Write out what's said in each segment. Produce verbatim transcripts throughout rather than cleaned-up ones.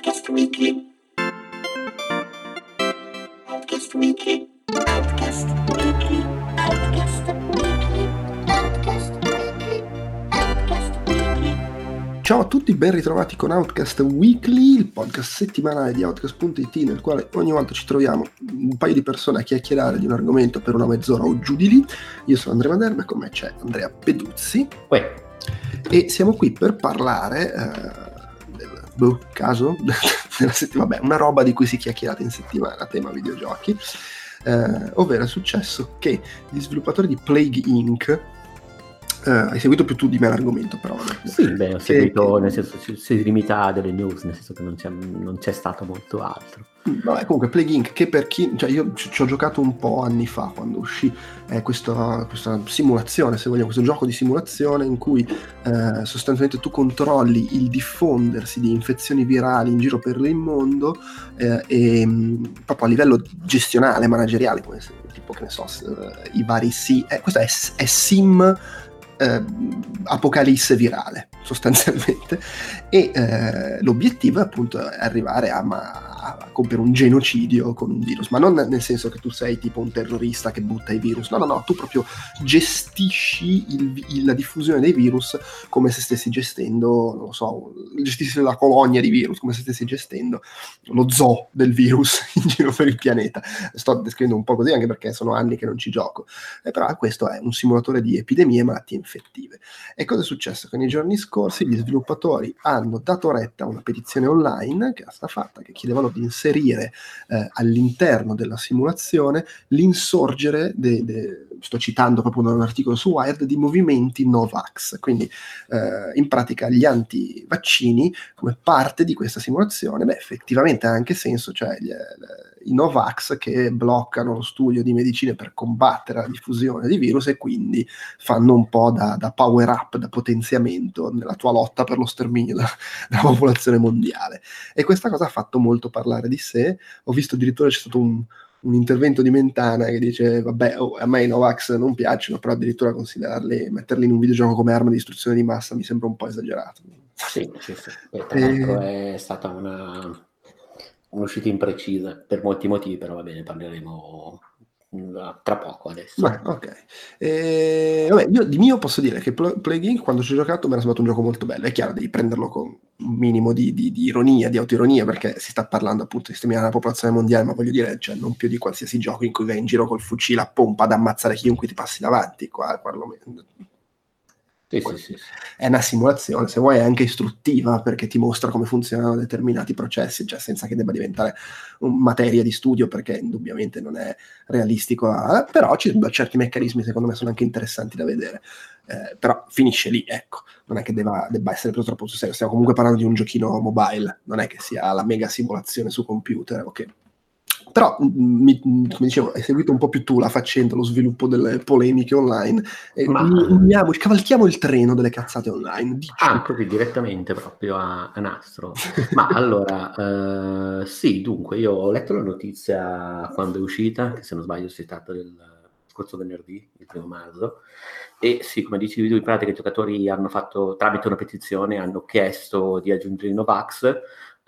Outcast Weekly. Outcast Weekly. Outcast Weekly. Outcast Weekly. Outcast Weekly. Outcast Weekly. Ciao a tutti, ben ritrovati con Outcast Weekly, il podcast settimanale di Outcast punto it, nel quale ogni volta ci troviamo un paio di persone a chiacchierare di un argomento per una mezz'ora o giù di lì. Io sono Andrea Maderba e con me c'è Andrea Peduzzi. Uè. E siamo qui per parlare eh, del boh, caso della settimana, vabbè, una roba di cui si chiacchierate in settimana, tema videogiochi, eh, ovvero è successo che gli sviluppatori di Plague incorporated. Uh, hai seguito più tu di me l'argomento, però sì, beh, ho seguito, che, nel senso si, si limita a delle news, nel senso che non c'è, non c'è stato molto altro. Vabbè, comunque Plague incorporated, che per chi, cioè io ci, ci ho giocato un po' anni fa quando uscì eh, questa, questa simulazione, se vogliamo, questo gioco di simulazione in cui eh, sostanzialmente tu controlli il diffondersi di infezioni virali in giro per il mondo eh, e mh, proprio a livello gestionale, manageriale, come se, tipo che ne so, eh, i vari sì, eh, questo è, è sim Eh, apocalisse virale sostanzialmente, e eh, l'obiettivo è appunto arrivare a, ma, a compiere un genocidio con un virus, ma non nel senso che tu sei tipo un terrorista che butta i virus, no no no, tu proprio gestisci il, il, la diffusione dei virus come se stessi gestendo, non lo so, gestisci la colonia di virus, come se stessi gestendo lo zoo del virus in giro per il pianeta. Sto descrivendo un po' così anche perché sono anni che non ci gioco, eh, però questo è un simulatore di epidemie e malattie infettive. E cosa è successo? Che nei giorni scorsi gli sviluppatori hanno dato retta a una petizione online che era stata fatta, che chiedevano di inserire eh, all'interno della simulazione l'insorgere, de, de, sto citando proprio da un articolo su Wired, di movimenti Novax, quindi eh, in pratica gli antivaccini come parte di questa simulazione. Beh, effettivamente ha anche senso, cioè gli, i Novax che bloccano lo studio di medicine per combattere la diffusione di virus e quindi fanno un po' da, da power up, da potenziamento nella tua lotta per lo sterminio della, della popolazione mondiale. E questa cosa ha fatto molto parlare di sé. Ho visto addirittura c'è stato un, un intervento di Mentana che dice vabbè, oh, a me i Novax non piacciono, però addirittura considerarli, metterli in un videogioco come arma di distruzione di massa mi sembra un po' esagerato. Sì, sì, sì. E tra l'altro è stata una un'uscita imprecisa per molti motivi, però va bene, parleremo tra poco adesso. Beh, ok. E, vabbè, io di mio posso dire che Plague incorporated, quando ci ho giocato, mi era sembrato un gioco molto bello. È chiaro, devi prenderlo con un minimo di, di, di ironia, di autoironia, perché si sta parlando appunto di sterminare la popolazione mondiale, ma voglio dire, cioè, non più di qualsiasi gioco in cui vai in giro col fucile a pompa ad ammazzare chiunque ti passi davanti, qua, perlomeno. Sì, sì, sì, sì. È una simulazione, se vuoi è anche istruttiva, perché ti mostra come funzionano determinati processi, cioè senza che debba diventare un materia di studio, perché indubbiamente non è realistico, a, però ci, certi meccanismi secondo me sono anche interessanti da vedere, eh, però finisce lì, ecco, non è che debba, debba essere preso troppo sul serio, stiamo comunque parlando di un giochino mobile, non è che sia la mega simulazione su computer, ok. Però, mi, come dicevo, hai seguito un po' più tu la faccenda, lo sviluppo delle polemiche online, e Ma... uniamo, cavalchiamo il treno delle cazzate online. Dici. Ah, così direttamente proprio a, a nastro. Ma allora, eh, sì, dunque, io ho letto la notizia quando è uscita, che se non sbaglio si tratta del scorso venerdì, il primo marzo, e sì, come dicevi tu, in pratica i giocatori hanno fatto, tramite una petizione, hanno chiesto di aggiungere i Novax.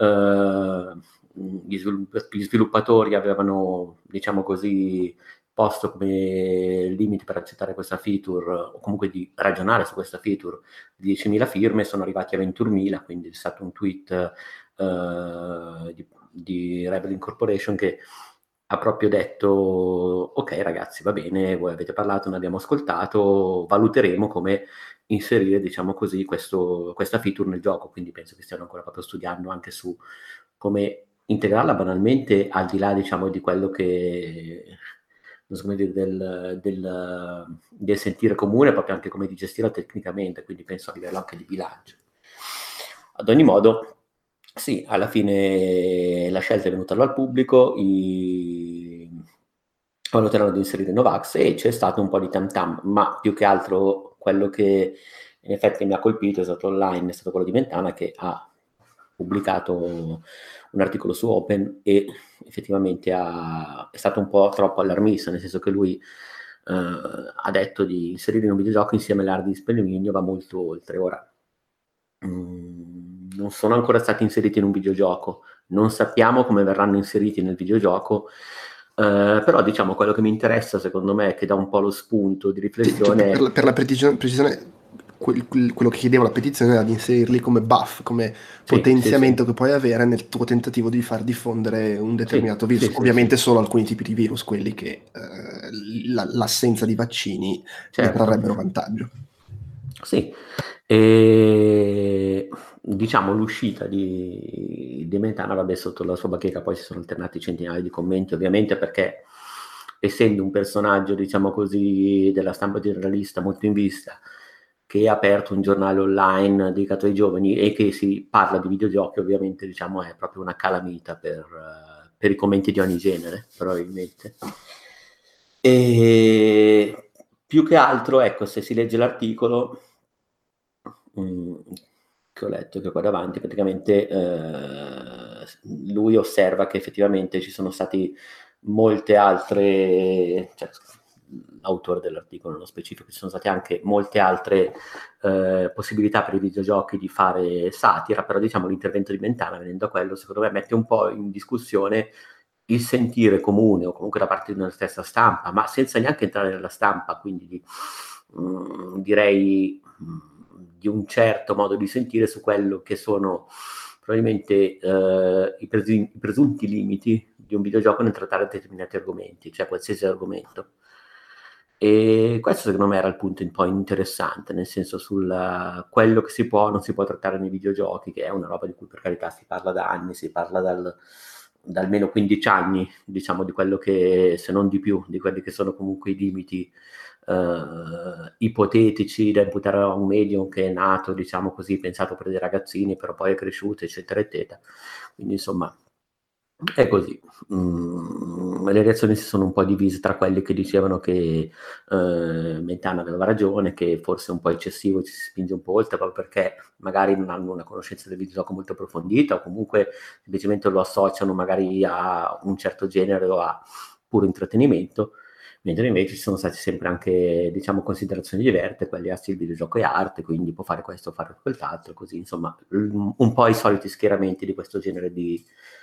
eh, Gli, svilupp- gli sviluppatori avevano, diciamo così, posto come limite per accettare questa feature, o comunque di ragionare su questa feature, diecimila firme, sono arrivati a ventunomila, quindi è stato un tweet eh, di, di Rebel Incorporation che ha proprio detto ok ragazzi, va bene, voi avete parlato, ne abbiamo ascoltato, valuteremo come inserire, diciamo così, questo, questa feature nel gioco, quindi penso che stiano ancora proprio studiando anche su come integrarla banalmente, al di là, diciamo, di quello che, non so come dire, del, del, del sentire comune, proprio anche come di gestirla tecnicamente, quindi penso a livello anche di bilancio. Ad ogni modo, sì, alla fine la scelta è venuta al pubblico, i valuteranno di inserire Novax e c'è stato un po' di tam tam, ma più che altro quello che in effetti mi ha colpito è stato online, è stato quello di Mentana che ha pubblicato un articolo su Open e effettivamente ha, è stato un po' troppo allarmista, nel senso che lui eh, ha detto di inserire in un videogioco insieme all'area di esperimento va molto oltre. Ora, mh, non sono ancora stati inseriti in un videogioco, non sappiamo come verranno inseriti nel videogioco, eh, però diciamo quello che mi interessa secondo me, che dà un po' lo spunto di Sì, riflessione, cioè, per, la- per la precisione, precisione, quel- quel- quello che chiedevo la petizione era di inserirli come buff, come sì, sì, potenziamento sì, che puoi avere nel tuo tentativo di far diffondere un sì, determinato virus. sì, sì, Ovviamente sì, solo alcuni tipi di virus, quelli che eh, la- l'assenza di vaccini ne certo. trarrebbero vantaggio. Sì, e diciamo l'uscita di, di Mentana, vabbè, sotto la sua bacheca poi si sono alternati centinaia di commenti, ovviamente perché essendo un personaggio, diciamo così, della stampa generalista molto in vista, che ha aperto un giornale online dedicato ai giovani e che si parla di videogiochi, ovviamente diciamo è proprio una calamita per, eh, per i commenti di ogni genere, probabilmente. E più che altro, ecco, se si legge l'articolo mm, che ho letto, che ho qua davanti, praticamente eh, lui osserva che effettivamente ci sono stati molte altre, cioè, l'autore dell'articolo nello specifico, ci sono state anche molte altre eh, possibilità per i videogiochi di fare satira, però diciamo l'intervento di Mentana, venendo a quello, secondo me mette un po' in discussione il sentire comune o comunque da parte di una stessa stampa, ma senza neanche entrare nella stampa, quindi di, mh, direi mh, di un certo modo di sentire su quello che sono probabilmente eh, i, presu- i presunti limiti di un videogioco nel trattare determinati argomenti, cioè qualsiasi argomento. E questo secondo me era il punto un po' interessante, nel senso sul quello che si può o non si può trattare nei videogiochi, che è una roba di cui per carità si parla da anni, si parla dal, da almeno quindici anni, diciamo, di quello che, se non di più, di quelli che sono comunque i limiti eh, ipotetici da imputare a un medium che è nato, diciamo così, pensato per dei ragazzini, però poi è cresciuto, eccetera, eccetera. Quindi insomma, è così. Mm, le reazioni si sono un po' divise tra quelli che dicevano che eh, Mentana aveva ragione, che forse è un po' eccessivo, ci si spinge un po' oltre proprio perché magari non hanno una conoscenza del videogioco molto approfondita o comunque semplicemente lo associano magari a un certo genere o a puro intrattenimento, mentre invece ci sono stati sempre anche, diciamo, considerazioni diverse, quelli, ah sì, il videogioco è arte, quindi può fare questo, fare quell'altro, così, insomma, un po' i soliti schieramenti di questo genere di,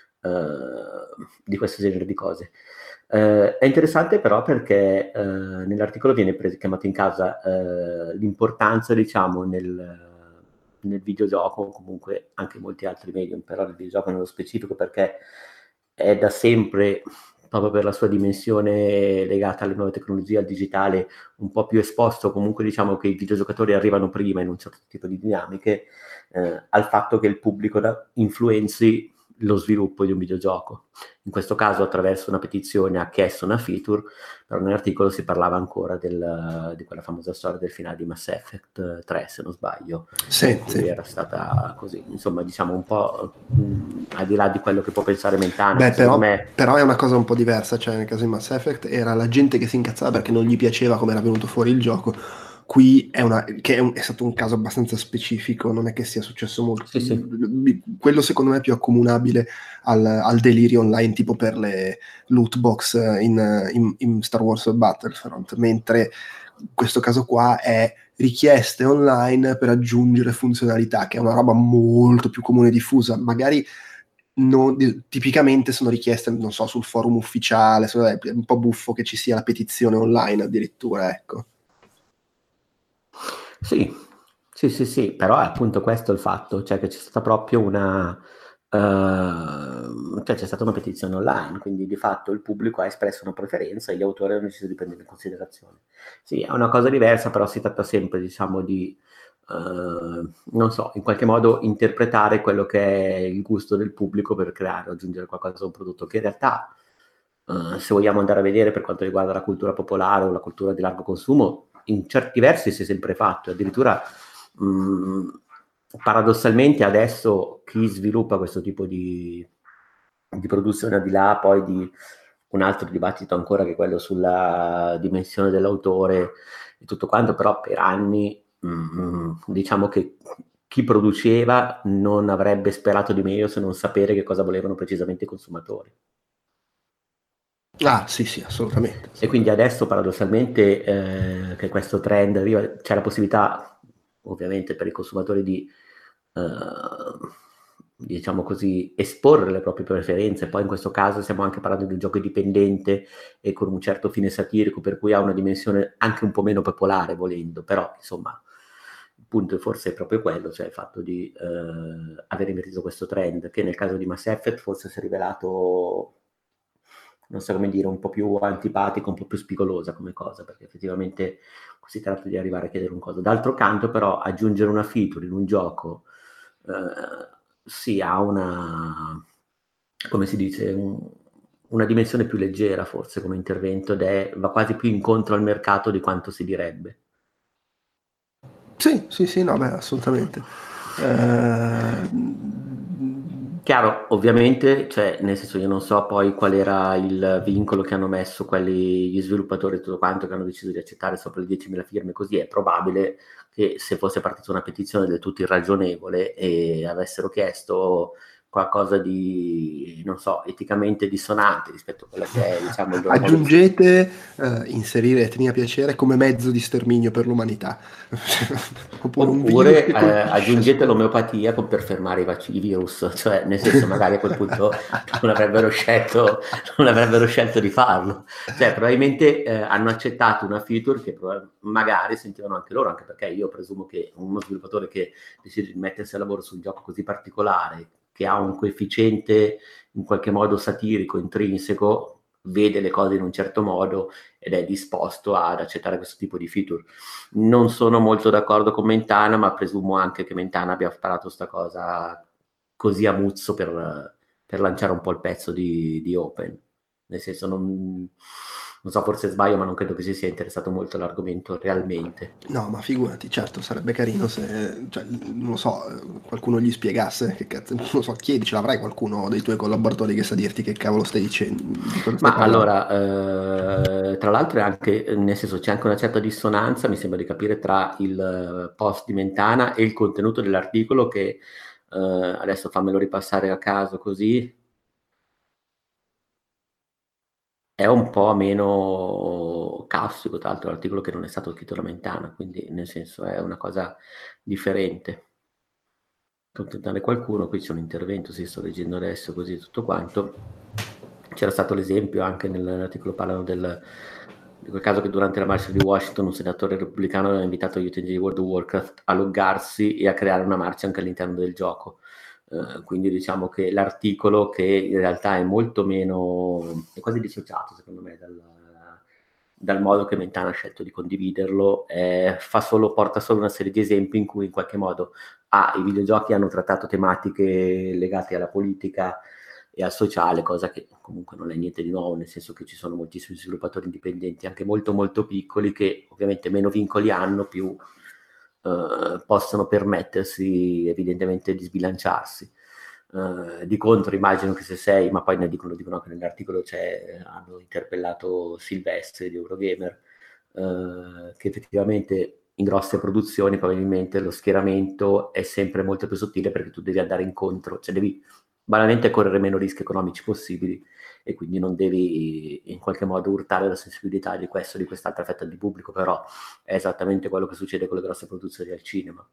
uh, di questo genere di cose. Uh, è interessante però perché uh, nell'articolo viene preso, chiamato in causa uh, l'importanza, diciamo, nel, nel videogioco, comunque anche in molti altri medium, però nel videogioco nello specifico perché è da sempre, proprio per la sua dimensione legata alle nuove tecnologie, al digitale, un po' più esposto, comunque diciamo che i videogiocatori arrivano prima in un certo tipo di dinamiche, eh, al fatto che il pubblico da, influenzi lo sviluppo di un videogioco. In questo caso attraverso una petizione ha chiesto una feature, però nell'articolo si parlava ancora del, di quella famosa storia del finale di Mass Effect tre, se non sbaglio, Sì, in cui sì. era stata così, insomma, diciamo un po' mh, al di là di quello che può pensare Mentana, Beh, che secondo però, me però è una cosa un po' diversa, cioè nel caso di Mass Effect era la gente che si incazzava perché non gli piaceva come era venuto fuori il gioco. Qui è, una, che è, un- è stato un caso abbastanza specifico, non è che sia successo molto. sì, sì, Quello secondo me è più accomunabile al, al delirio online, tipo per le loot box in, in- in Star Wars Battlefront, mentre questo caso qua è richieste online per aggiungere funzionalità, che è una roba molto più comune e diffusa. Magari non- tipicamente sono richieste, non so, sul forum ufficiale, so- è un po' buffo che ci sia la petizione online addirittura, ecco. sì, sì, sì, sì, però è appunto questo il fatto, cioè che c'è stata proprio una, eh, cioè c'è stata una petizione online, quindi di fatto il pubblico ha espresso una preferenza e gli autori hanno deciso di prendere in considerazione. Sì, è una cosa diversa, però si tratta sempre, diciamo, di, eh, non so, in qualche modo interpretare quello che è il gusto del pubblico per creare, aggiungere qualcosa a un prodotto che in realtà, eh, se vogliamo andare a vedere per quanto riguarda la cultura popolare o la cultura di largo consumo, in certi versi si è sempre fatto, addirittura mh, paradossalmente adesso chi sviluppa questo tipo di, di produzione, al di là poi di un altro dibattito ancora che è quello sulla dimensione dell'autore e tutto quanto, però per anni mh, diciamo che chi produceva non avrebbe sperato di meglio se non sapere che cosa volevano precisamente i consumatori. Ah, sì, sì, assolutamente. E quindi assolutamente. adesso paradossalmente eh, che questo trend arriva, c'è la possibilità ovviamente per i consumatori di eh, diciamo così, esporre le proprie preferenze. Poi in questo caso stiamo anche parlando di un gioco indipendente e con un certo fine satirico, per cui ha una dimensione anche un po' meno popolare, volendo, però insomma il punto forse è proprio quello, cioè il fatto di eh, aver invertito questo trend, che nel caso di Mass Effect forse si è rivelato, non so come dire, un po' più antipatico, un po' più spigolosa come cosa, perché effettivamente si tratta di arrivare a chiedere un coso. D'altro canto però aggiungere una feature in un gioco eh, sì, ha una, come si dice, un, una dimensione più leggera forse come intervento ed è, va quasi più incontro al mercato di quanto si direbbe. Sì, sì, sì, no, beh, assolutamente. Eh, Chiaro, ovviamente, cioè, nel senso io non so poi qual era il vincolo che hanno messo quelli, gli sviluppatori e tutto quanto, che hanno deciso di accettare sopra le diecimila firme, così è probabile che se fosse partita una petizione del tutto irragionevole e avessero chiesto qualcosa di, non so, eticamente dissonante rispetto a quella che è, diciamo, il loro modo di- aggiungete eh, inserire etnia piacere come mezzo di sterminio per l'umanità. Oppure un virus Oppure che eh, colpisce aggiungete solo- l'omeopatia con- per fermare i, vac- i virus, cioè nel senso magari a quel punto non avrebbero scelto, non avrebbero scelto di farlo. Cioè probabilmente eh, hanno accettato una feature che proba- magari sentivano anche loro, anche perché io presumo che uno sviluppatore che decide di mettersi a lavoro su un gioco così particolare, che ha un coefficiente in qualche modo satirico, intrinseco, vede le cose in un certo modo ed è disposto ad accettare questo tipo di feature. Non sono molto d'accordo con Mentana, ma presumo anche che Mentana abbia sparato sta cosa così a muzzo per, per lanciare un po' il pezzo di, di Open. Nel senso, non, non so, forse sbaglio, ma non credo che si sia interessato molto all'argomento realmente. No, ma figurati, certo, sarebbe carino se, cioè, non lo so, eh, qualcuno gli spiegasse che cazzo, non lo so, chiedi, ce l'avrai qualcuno dei tuoi collaboratori che sa dirti che cavolo stai dicendo, di cosa stai Ma parlando. allora, eh, tra l'altro è anche, nel senso, c'è anche una certa dissonanza, mi sembra di capire, tra il eh, post di Mentana e il contenuto dell'articolo che eh, adesso fammelo ripassare a caso così. È un po' meno castico, tra l'altro, l'articolo che non è stato scritto da Mentana, quindi nel senso è una cosa differente. Accontentare qualcuno, qui c'è un intervento, sì, sto leggendo adesso così tutto quanto. C'era stato l'esempio anche nell'articolo, parlano del, di quel caso che durante la marcia di Washington un senatore repubblicano aveva invitato gli utenti di World of Warcraft a loggarsi e a creare una marcia anche all'interno del gioco. Uh, quindi diciamo che l'articolo, che in realtà è molto meno, è quasi dissociato secondo me dal, dal modo che Mentana ha scelto di condividerlo, eh, fa solo, porta solo una serie di esempi in cui in qualche modo ah, i videogiochi hanno trattato tematiche legate alla politica e al sociale, cosa che comunque non è niente di nuovo, nel senso che ci sono moltissimi sviluppatori indipendenti, anche molto molto piccoli, che ovviamente meno vincoli hanno, più Uh, possono permettersi evidentemente di sbilanciarsi. Uh, di contro immagino che se sei, ma poi ne dicono, dicono anche nell'articolo, c'è, hanno interpellato Silvestri di Eurogamer, uh, che effettivamente in grosse produzioni probabilmente lo schieramento è sempre molto più sottile, perché tu devi andare incontro, cioè devi banalmente correre meno rischi economici possibili e quindi non devi in qualche modo urtare la sensibilità di questo o di quest'altra fetta di pubblico, però è esattamente quello che succede con le grosse produzioni al cinema.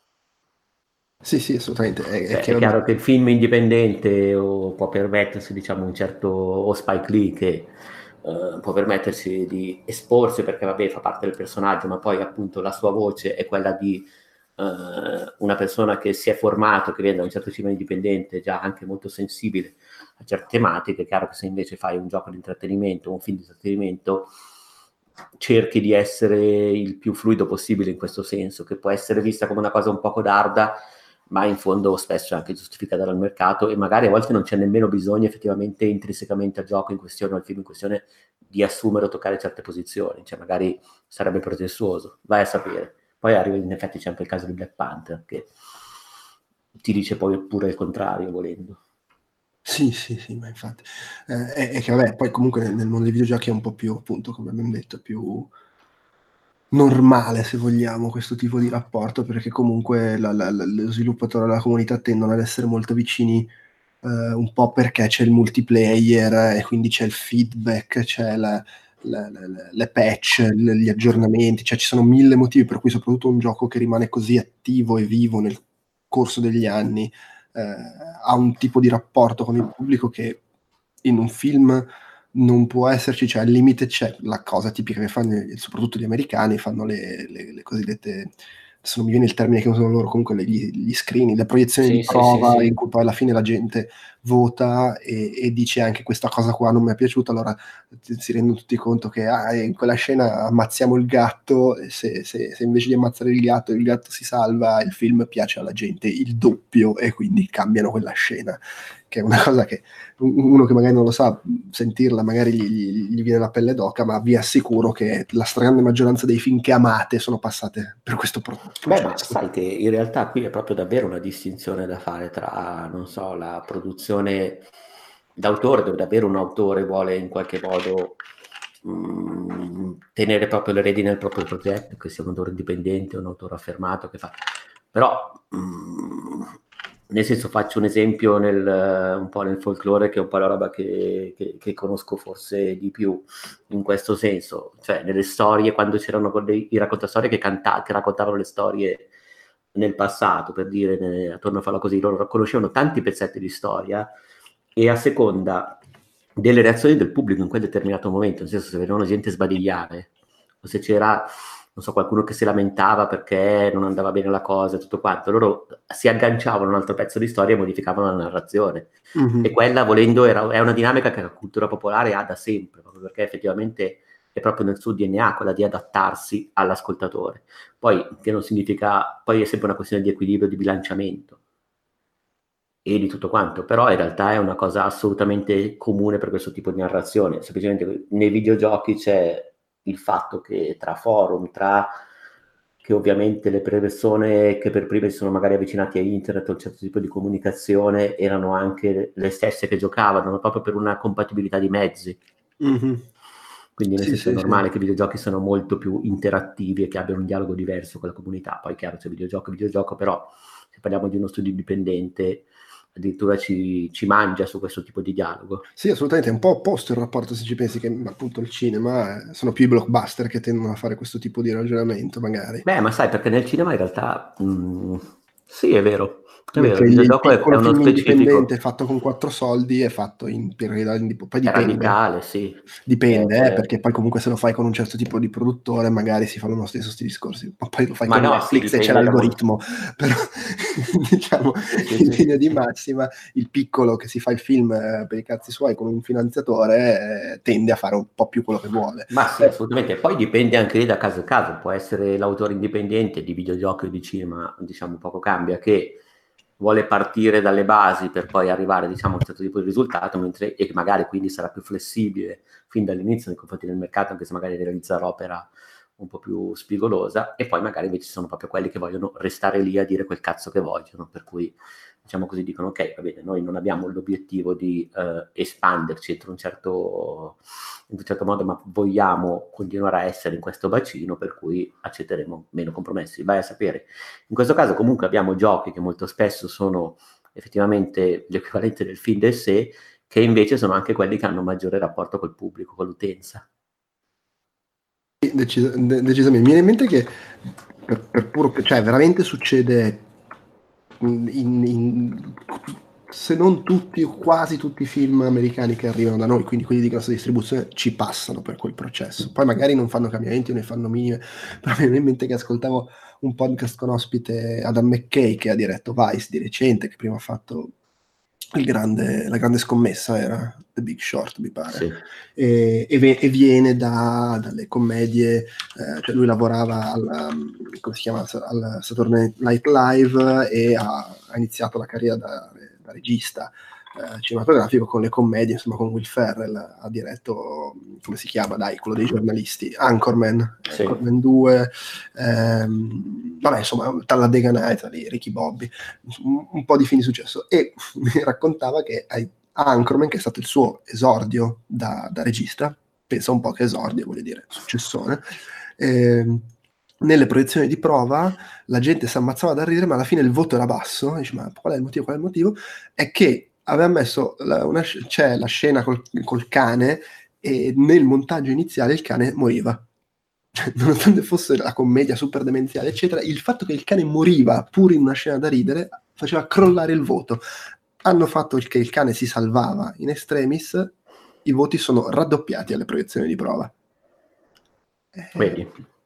Sì, sì, assolutamente, è, è Cioè, è chiaro. chiaro che il film indipendente o può permettersi, diciamo, un certo, o Spike Lee che uh, può permettersi di esporsi perché vabbè fa parte del personaggio, ma poi appunto la sua voce è quella di uh, una persona che si è formato, che viene da un certo cinema indipendente, già anche molto sensibile a certe tematiche. È chiaro che se invece fai un gioco di intrattenimento, un film di intrattenimento, cerchi di essere il più fluido possibile in questo senso, che può essere vista come una cosa un po' codarda, ma in fondo spesso è anche giustificata dal mercato, e magari a volte non c'è nemmeno bisogno effettivamente intrinsecamente al gioco in questione o al film in questione di assumere o toccare certe posizioni, cioè magari sarebbe pretestuoso, vai a sapere. Poi arriva, in effetti c'è anche il caso di Black Panther che ti dice poi pure il contrario volendo. Sì, sì, sì, ma infatti eh, è, è che vabbè, poi comunque nel, nel mondo dei videogiochi è un po' più, appunto, come abbiamo detto, più normale, se vogliamo, questo tipo di rapporto, perché comunque la, la, la, lo sviluppatore e la comunità tendono ad essere molto vicini, eh, un po' perché c'è il multiplayer e quindi c'è il feedback, c'è la, la, la, le patch, gli aggiornamenti, cioè ci sono mille motivi per cui soprattutto un gioco che rimane così attivo e vivo nel corso degli anni eh, ha un tipo di rapporto con il pubblico che in un film non può esserci, cioè al limite c'è la cosa tipica che fanno, soprattutto gli americani, fanno le, le, le cosiddette, adesso non mi viene il termine che usano loro, comunque le, gli, gli screening, le proiezioni Sì, di sì, prova sì, sì. in cui poi alla fine la gente vota e, e dice anche questa cosa qua non mi è piaciuta, allora si rendono tutti conto che ah, in quella scena ammazziamo il gatto, e se, se, se invece di ammazzare il gatto il gatto si salva, il film piace alla gente il doppio e quindi cambiano quella scena, che è una cosa che uno che magari non lo sa, sentirla magari gli, gli, gli viene la pelle d'oca, ma vi assicuro che la stragrande maggioranza dei film che amate sono passate per questo pro- Beh, ma processo. sai che in realtà qui è proprio davvero una distinzione da fare tra, non so, la produzione d'autore, dove davvero un autore vuole in qualche modo mh, tenere proprio le redini nel proprio progetto, che sia un autore indipendente, un autore affermato che fa... Però, mh, nel senso, faccio un esempio nel, un po' nel folklore, che è un po' la roba che, che, che conosco forse di più, in questo senso, cioè nelle storie, quando c'erano dei, i raccontastorie che, canta, che raccontavano le storie nel passato, per dire, ne, attorno a farla così, loro conoscevano tanti pezzetti di storia e a seconda delle reazioni del pubblico in quel determinato momento, nel senso se vedevano gente sbadigliare o se c'era, non so, qualcuno che si lamentava perché non andava bene la cosa e tutto quanto, loro si agganciavano a un altro pezzo di storia e modificavano la narrazione. Mm-hmm. E quella, volendo, era, è una dinamica che la cultura popolare ha da sempre, proprio perché effettivamente è proprio nel suo D N A quella di adattarsi all'ascoltatore. Poi, che non significa, poi è sempre una questione di equilibrio, di bilanciamento e di tutto quanto, però in realtà è una cosa assolutamente comune per questo tipo di narrazione. Semplicemente nei videogiochi c'è il fatto che tra forum, tra che ovviamente le persone che per prime si sono magari avvicinati a internet o a un certo tipo di comunicazione erano anche le stesse che giocavano, proprio per una compatibilità di mezzi. Mm-hmm. Quindi nel sì, senso sì, è normale sì. che i videogiochi siano molto più interattivi e che abbiano un dialogo diverso con la comunità. Poi chiaro, c'è videogioco e videogioco, però se parliamo di uno studio indipendente addirittura ci, ci mangia su questo tipo di dialogo. Sì, assolutamente, è un po' opposto il rapporto se ci pensi, che appunto il cinema sono più i blockbuster che tendono a fare questo tipo di ragionamento magari. Beh, ma sai, perché nel cinema in realtà mh, sì, è vero. È Mentre vero, il videogioco il è, è uno film specifico indipendente fatto con quattro soldi è fatto in periodi, poi dipende. È radicale, sì. Dipende, eh, eh, perché poi comunque se lo fai con un certo tipo di produttore magari si fanno lo stesso sti discorsi, ma poi lo fai ma con no, Netflix sì, e c'è l'algoritmo, molto... però diciamo sì, sì, in sì, linea sì, di sì. massima il piccolo che si fa il film eh, per i cazzi suoi con un finanziatore eh, tende a fare un po' più quello che vuole. Ma sì, assolutamente, poi dipende anche lì da caso a caso, può essere l'autore indipendente di videogiochi o di cinema, diciamo poco cambia, che vuole partire dalle basi per poi arrivare, diciamo, a un certo tipo di risultato, mentre, e che magari quindi sarà più flessibile fin dall'inizio nei confronti del mercato, anche se magari realizza l'opera un po' più spigolosa, e poi magari invece ci sono proprio quelli che vogliono restare lì a dire quel cazzo che vogliono, per cui diciamo così dicono ok, va bene, noi non abbiamo l'obiettivo di eh, espanderci entro un certo in un certo modo, ma vogliamo continuare a essere in questo bacino, per cui accetteremo meno compromessi. Vai a sapere. In questo caso comunque abbiamo giochi che molto spesso sono effettivamente l'equivalente del film del sé, che invece sono anche quelli che hanno maggiore rapporto col pubblico, con l'utenza. Decis- de- decisamente. Mi viene in mente che per, per puro, cioè veramente succede in, in, in se non tutti, quasi tutti i film americani che arrivano da noi, quindi quelli di grossa distribuzione, ci passano per quel processo. Poi magari non fanno cambiamenti o ne fanno minime, però mi viene in mente che ascoltavo un podcast con ospite Adam McKay, che ha diretto Vice di recente, che prima ha fatto il grande, la grande scommessa, era The Big Short, mi pare. Sì. E, e, e viene da, dalle commedie, eh, cioè lui lavorava al, come si chiama, al Saturday Night Live e ha, ha iniziato la carriera da, da regista eh, cinematografico con le commedie, insomma con Will Ferrell, ha diretto, come si chiama, dai, quello dei giornalisti, Anchorman, sì. Anchorman due, ehm, vabbè, insomma, Talladega Nights, lì, Ricky Bobby, un, un po' di film di successo, e mi raccontava che a Anchorman, che è stato il suo esordio da, da regista, pensa un po' che esordio, voglio dire, successone, ehm, nelle proiezioni di prova la gente si ammazzava da ridere, ma alla fine il voto era basso. Dice, ma qual è il motivo? Qual è il motivo? È che aveva messo la, una, c'è la scena col, col cane e nel montaggio iniziale il cane moriva. cioè, nonostante fosse la commedia super demenziale, eccetera, il fatto che il cane moriva pur in una scena da ridere faceva crollare il voto. Hanno fatto che il cane si salvava in extremis, i voti sono raddoppiati alle proiezioni di prova. Eh, Vedi?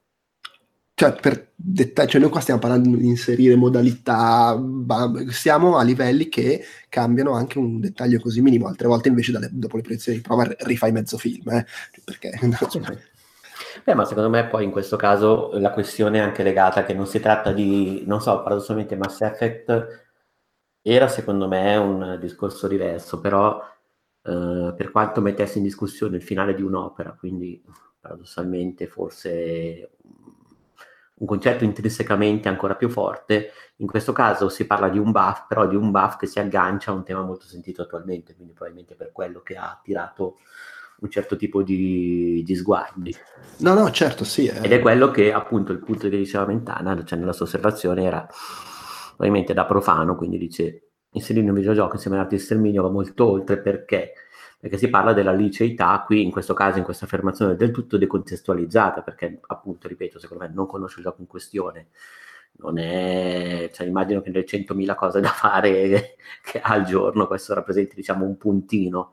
cioè, per detta- cioè, noi qua stiamo parlando di inserire modalità, ba- siamo a livelli che cambiano anche un dettaglio così minimo. Altre volte invece dalle- dopo le proiezioni di prova r- rifai mezzo film, eh? Perché Beh, ma secondo me poi in questo caso la questione è anche legata che non si tratta di, non so, paradossalmente Mass Effect era secondo me un discorso diverso, però eh, per quanto mettesse in discussione il finale di un'opera, quindi paradossalmente forse un concetto intrinsecamente ancora più forte, in questo caso si parla di un buff, però di un buff che si aggancia a un tema molto sentito attualmente, quindi probabilmente per quello che ha attirato un certo tipo di, di sguardi. No, no, certo, sì. Eh. Ed è quello che appunto il punto che diceva Mentana, cioè nella sua osservazione, era ovviamente da profano, quindi dice inserire un videogioco insieme all'arte di sterminio va molto oltre, perché perché si parla della liceità qui, in questo caso, in questa affermazione del tutto decontestualizzata, perché appunto, ripeto, secondo me non conosce il gioco in questione, non è, cioè immagino che nelle centomila cose da fare che ha al giorno questo rappresenti, diciamo, un puntino.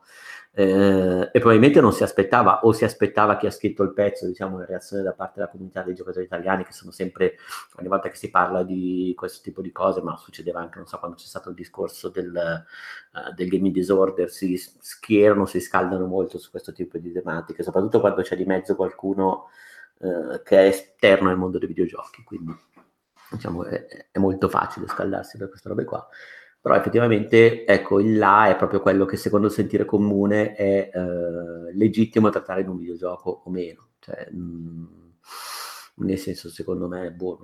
Eh, e probabilmente non si aspettava, o si aspettava chi ha scritto il pezzo, diciamo, una reazione da parte della comunità dei giocatori italiani, che sono sempre, ogni volta che si parla di questo tipo di cose, ma succedeva anche, non so, quando c'è stato il discorso del, uh, del gaming disorder, si schierano, si scaldano molto su questo tipo di tematiche, soprattutto quando c'è di mezzo qualcuno uh, che è esterno al mondo dei videogiochi, quindi diciamo è, è molto facile scaldarsi per queste robe qua. Però effettivamente, ecco, il là è proprio quello che secondo il sentire comune è eh, legittimo trattare in un videogioco o meno. Cioè, mh, nel senso, secondo me, boh,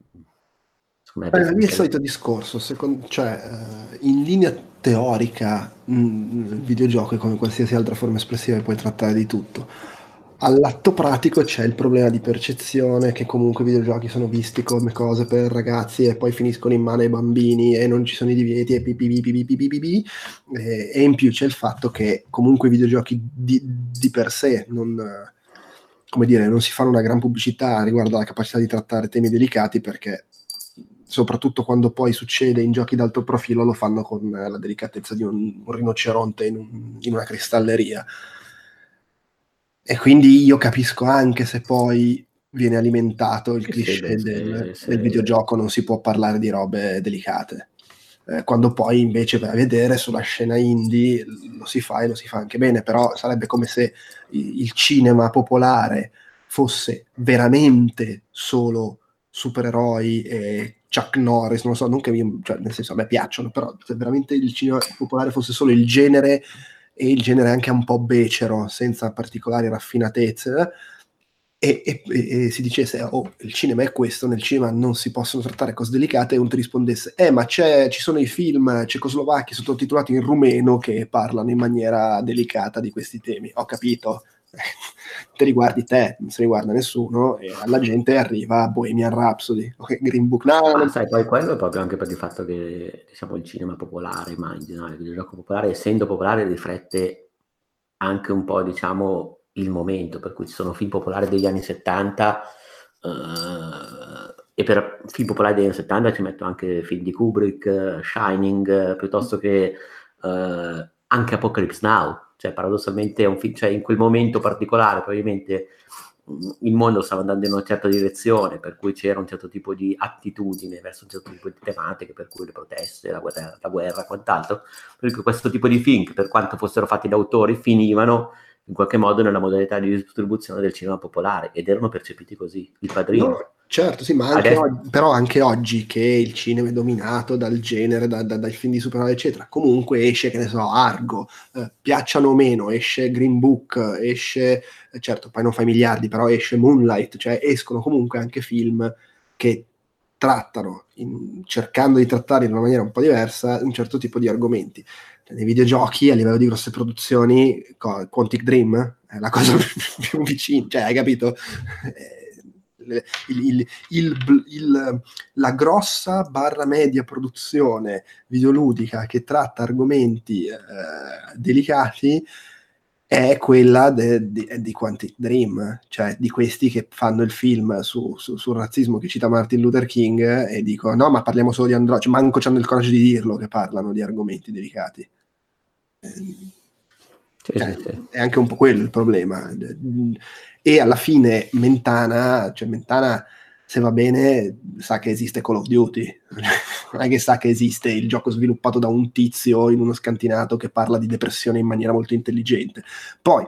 secondo me Eh, è il solito discorso, secondo, cioè, eh, in linea teorica mh, il videogioco è come qualsiasi altra forma espressiva e puoi trattare di tutto. All'atto pratico c'è il problema di percezione che comunque i videogiochi sono visti come cose per ragazzi e poi finiscono in mano ai bambini e non ci sono i divieti e pipi pipi pipi pipi pipi, e, e in più c'è il fatto che comunque i videogiochi di, di per sé non, come dire, non si fanno una gran pubblicità riguardo alla capacità di trattare temi delicati, perché soprattutto quando poi succede in giochi d'alto profilo lo fanno con la delicatezza di un, un rinoceronte in, un, in una cristalleria. E quindi io capisco anche se poi viene alimentato il Sì, cliché sì, del, se- del videogioco, non si può parlare di robe delicate. Eh, quando poi invece vai a vedere sulla scena indie lo si fa e lo si fa anche bene, però sarebbe come se il cinema popolare fosse veramente solo supereroi e Chuck Norris, non so, non che mi, cioè, nel senso a me piacciono, però se veramente il cinema popolare fosse solo il genere, e il genere anche un po' becero, senza particolari raffinatezze, e, e, e si dicesse, oh, il cinema è questo, nel cinema non si possono trattare cose delicate, e uno ti rispondesse, eh, ma c'è, ci sono i film cecoslovacchi sottotitolati in rumeno che parlano in maniera delicata di questi temi. Ho capito. Te li guardi te, non se li guarda nessuno, e alla gente arriva Bohemian Rhapsody, okay, Green Book, no, Ma non... sai, poi quello è proprio anche per il fatto che, diciamo, il cinema popolare, ma in generale il videogioco popolare, essendo popolare, riflette anche un po', diciamo, il momento, per cui ci sono film popolari degli anni settanta, eh, e per film popolari degli anni settanta ci metto anche film di Kubrick, Shining, eh, piuttosto che eh, anche Apocalypse Now, cioè paradossalmente è un film, cioè in quel momento particolare probabilmente il mondo stava andando in una certa direzione, per cui c'era un certo tipo di attitudine verso un certo tipo di tematiche, per cui le proteste, la guerra, la guerra quant'altro, per cui questo tipo di film, per quanto fossero fatti da autori, finivano in qualche modo nella modalità di distribuzione del cinema popolare, ed erano percepiti così. Il Padrino. No, certo, sì, ma anche Adesso... oggi, però anche oggi che il cinema è dominato dal genere, da, da, dai film di supereroi, eccetera, comunque esce, che ne so, Argo, eh, piacciono o meno, esce Green Book, esce, eh, certo, poi non fa i miliardi, però esce Moonlight, cioè escono comunque anche film che trattano, in, cercando di trattare in una maniera un po' diversa, un certo tipo di argomenti. Cioè, nei videogiochi, a livello di grosse produzioni, Quantic Dream è la cosa più vicina, cioè, hai capito? Il, il, il, il, la grossa barra media produzione videoludica che tratta argomenti eh, delicati è quella de, di, di Quantic Dream, cioè di questi che fanno il film su, su, sul razzismo che cita Martin Luther King e dicono no, ma parliamo solo di androidi, cioè, manco c'hanno il coraggio di dirlo che parlano di argomenti delicati. Sì, Cioè, sì, sì. è anche un po' quello il problema. E alla fine Mentana, cioè Mentana, se va bene, sa che esiste Call of Duty, non è che sa che esiste il gioco sviluppato da un tizio in uno scantinato che parla di depressione in maniera molto intelligente. Poi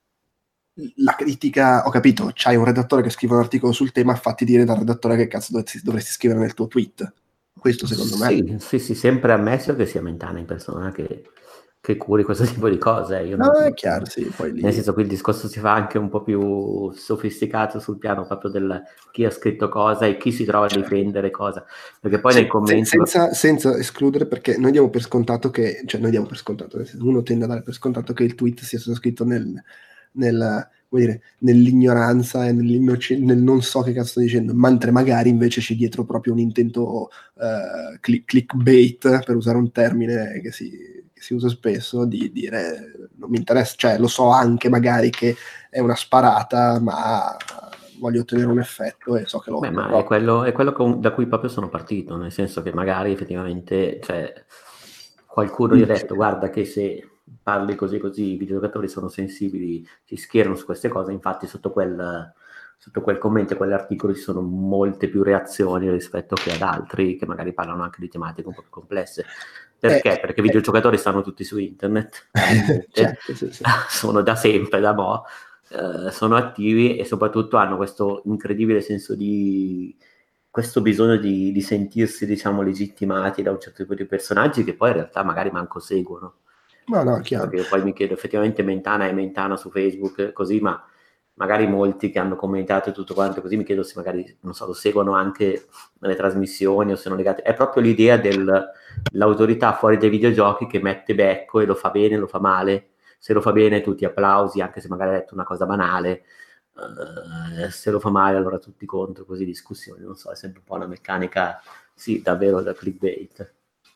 la critica, ho capito, c'hai un redattore che scrive un articolo sul tema, fatti dire dal redattore che cazzo dovresti, dovresti scrivere nel tuo tweet. Questo secondo me. Sì, sì, sì, sempre ammesso che sia Mentana in persona che, che curi questo tipo di cose. Io No, non, è chiaro, sì, poi lì... Nel senso, qui il discorso si fa anche un po' più sofisticato sul piano proprio del chi ha scritto cosa e chi si trova a difendere cosa. Perché poi Sì, nei commenti... senza, senza escludere, perché noi diamo per scontato che, cioè noi diamo per scontato, nel senso, uno tende a dare per scontato che il tweet sia stato scritto nel, nel, come dire, nell'ignoranza e nell'innocenza, nel non so che cazzo sto dicendo, mentre magari invece c'è dietro proprio un intento uh, click, clickbait, per usare un termine che si, che si usa spesso, di dire non mi interessa, cioè lo so anche magari che è una sparata, ma voglio ottenere un effetto e so che lo Beh, ma otterrò. è quello, è quello con- da cui proprio sono partito, nel senso che magari effettivamente cioè, qualcuno gli ha detto guarda che se parli così così i videogiocatori sono sensibili, si schierano su queste cose, infatti sotto quel, sotto quel commento e quell'articolo ci sono molte più reazioni rispetto che ad altri che magari parlano anche di tematiche un po' più complesse. Perché? Eh, Perché i eh. videogiocatori stanno tutti su internet, certo, sì, sì. sono da sempre, da mo'. Uh, sono attivi e soprattutto hanno questo incredibile senso di questo bisogno di, di sentirsi diciamo legittimati da un certo tipo di personaggi che poi in realtà magari manco seguono. No, no, chiaro. Perché poi mi chiedo effettivamente Mentana è Mentana su Facebook così, ma magari molti che hanno commentato tutto quanto così mi chiedo se magari non so, lo seguono anche nelle trasmissioni o se sono legati. È proprio l'idea dell'autorità fuori dai videogiochi che mette becco e lo fa bene, lo fa male. Se lo fa bene tutti applausi, anche se magari ha detto una cosa banale, uh, se lo fa male allora tutti contro, così discussioni, non so, è sempre un po' una meccanica, sì, davvero da clickbait.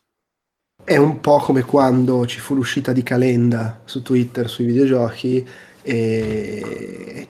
È un po' come quando ci fu l'uscita di Calenda su Twitter sui videogiochi e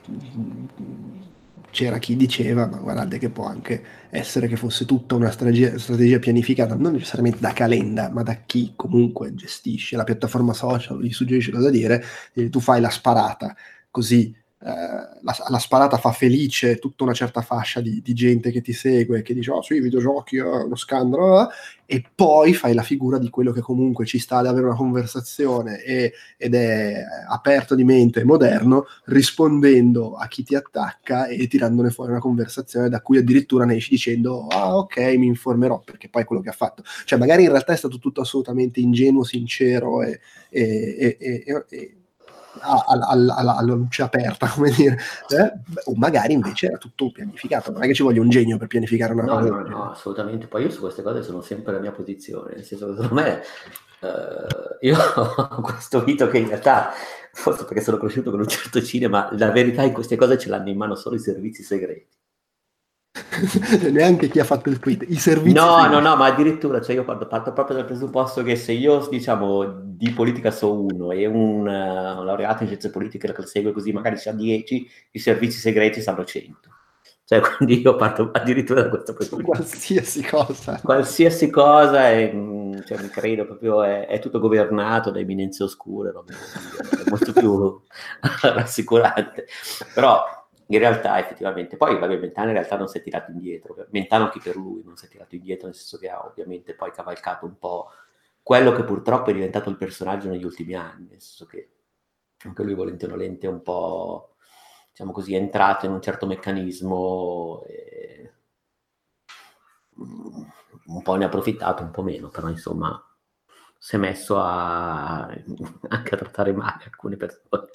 c'era chi diceva ma guardate che può anche essere che fosse tutta una strategia, strategia pianificata non necessariamente da Calenda ma da chi comunque gestisce la piattaforma social, gli suggerisce cosa dire, e tu fai la sparata così eh, la, la sparata fa felice tutta una certa fascia di, di gente che ti segue, che dice oh sì, i videogiochi, oh, uno scandalo, eh, e poi fai la figura di quello che comunque ci sta ad avere una conversazione e, ed è aperto di mente e moderno, rispondendo a chi ti attacca e tirandone fuori una conversazione da cui addirittura ne esci dicendo ah ok, mi informerò, perché poi è quello che ha fatto. Cioè magari in realtà è stato tutto assolutamente ingenuo, sincero e, e, e, e, e alla, alla, alla, alla luce aperta, come dire, eh? O magari invece era tutto pianificato, non è che ci voglia un genio per pianificare una no, cosa. No, no, assolutamente. Poi io su queste cose sono sempre la mia posizione, nel senso che secondo me eh, io ho questo mito che in realtà, forse perché sono cresciuto con un certo cinema, la verità in queste cose ce l'hanno in mano solo i servizi segreti. Neanche chi ha fatto il tweet, i servizi no, segreti. no, no, ma addirittura, cioè io parto, parto proprio dal presupposto che se io, diciamo, di politica so uno e un, uh, un laureato in scienze politiche che lo segue così, magari c'ha dieci, i servizi segreti sanno cento. Cioè, quindi io parto addirittura da questo presupposto. Qualsiasi cosa. Qualsiasi cosa, è, cioè, mi credo proprio, è, è tutto governato da eminenze oscure, robe così, è molto più rassicurante. Però in realtà effettivamente poi vabbè, Mentana in realtà non si è tirato indietro, Mentana anche per lui non si è tirato indietro, nel senso che ha ovviamente poi cavalcato un po' quello che purtroppo è diventato il personaggio negli ultimi anni, nel senso che anche lui volente o nolente è un po', diciamo così, è entrato in un certo meccanismo e un po' ne ha approfittato, un po' meno, però insomma si è messo a anche a trattare male alcune persone.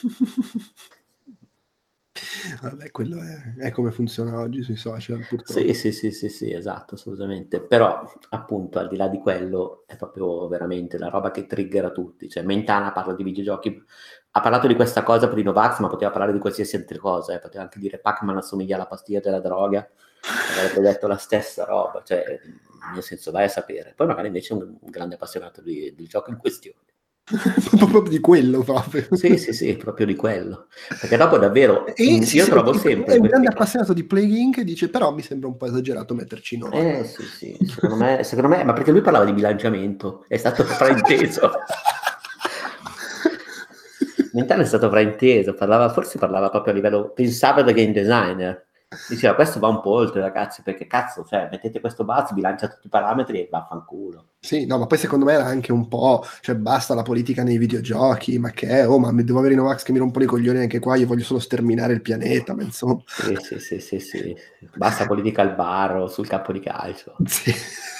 Vabbè, quello è, è come funziona oggi sui social, purtroppo. Sì, sì, sì, sì, sì, esatto, assolutamente. Però, appunto, al di là di quello, è proprio veramente la roba che triggera tutti. Cioè, Mentana parla di videogiochi, ha parlato di questa cosa per i Novax, ma poteva parlare di qualsiasi altra cosa, eh. Poteva anche dire Pac-Man assomiglia alla pastiglia della droga, avrebbe detto la stessa roba, cioè, nel senso, vai a sapere. Poi magari invece è un, un grande appassionato di, del gioco in questione. proprio di quello proprio. Sì, sì, sì, proprio di quello. Perché dopo davvero, E mh, si io sente trovo che sempre è un questi grande casi. appassionato di Plague Inc. Dice però mi sembra un po' esagerato metterci noi. Eh sì, sì, secondo me, secondo me, ma perché lui parlava di bilanciamento, è stato frainteso. Mentale è stato frainteso, parlava, forse parlava proprio a livello, pensava da game designer. Diceva questo va un po' oltre ragazzi, perché cazzo, cioè mettete questo buzz, bilancia tutti i parametri e vaffanculo. Sì, no, ma poi secondo me era anche un po', cioè basta la politica nei videogiochi, ma che è, oh, ma mi devo avere i Novax che mi rompono i coglioni anche qua, io voglio solo sterminare il pianeta, ma insomma. Sì, sì, sì, sì, sì. Basta politica al bar o sul campo di calcio. Sì.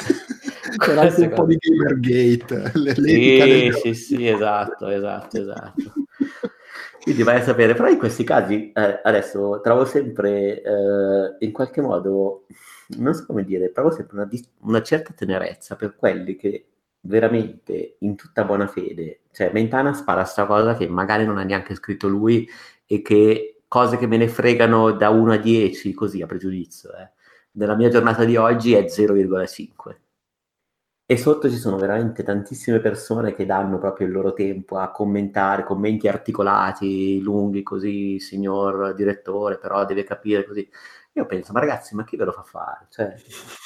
C'era anche Queste un po' di cose. Gamergate, l'etica del Sì, sì, gioco. sì, esatto, esatto, esatto. Quindi vai a sapere, però in questi casi eh, adesso trovo sempre eh, in qualche modo, non so come dire, trovo sempre una, dis- una certa tenerezza per quelli che veramente in tutta buona fede, cioè Mentana spara sta cosa che magari non ha neanche scritto lui e che cose che me ne fregano da uno a dieci, così a pregiudizio, eh. Nella mia giornata di oggi è zero virgola cinque. E sotto ci sono veramente tantissime persone che danno proprio il loro tempo a commentare, commenti articolati, lunghi così, signor direttore, però deve capire così. Io penso, ma ragazzi, ma chi ve lo fa fare? Cioè,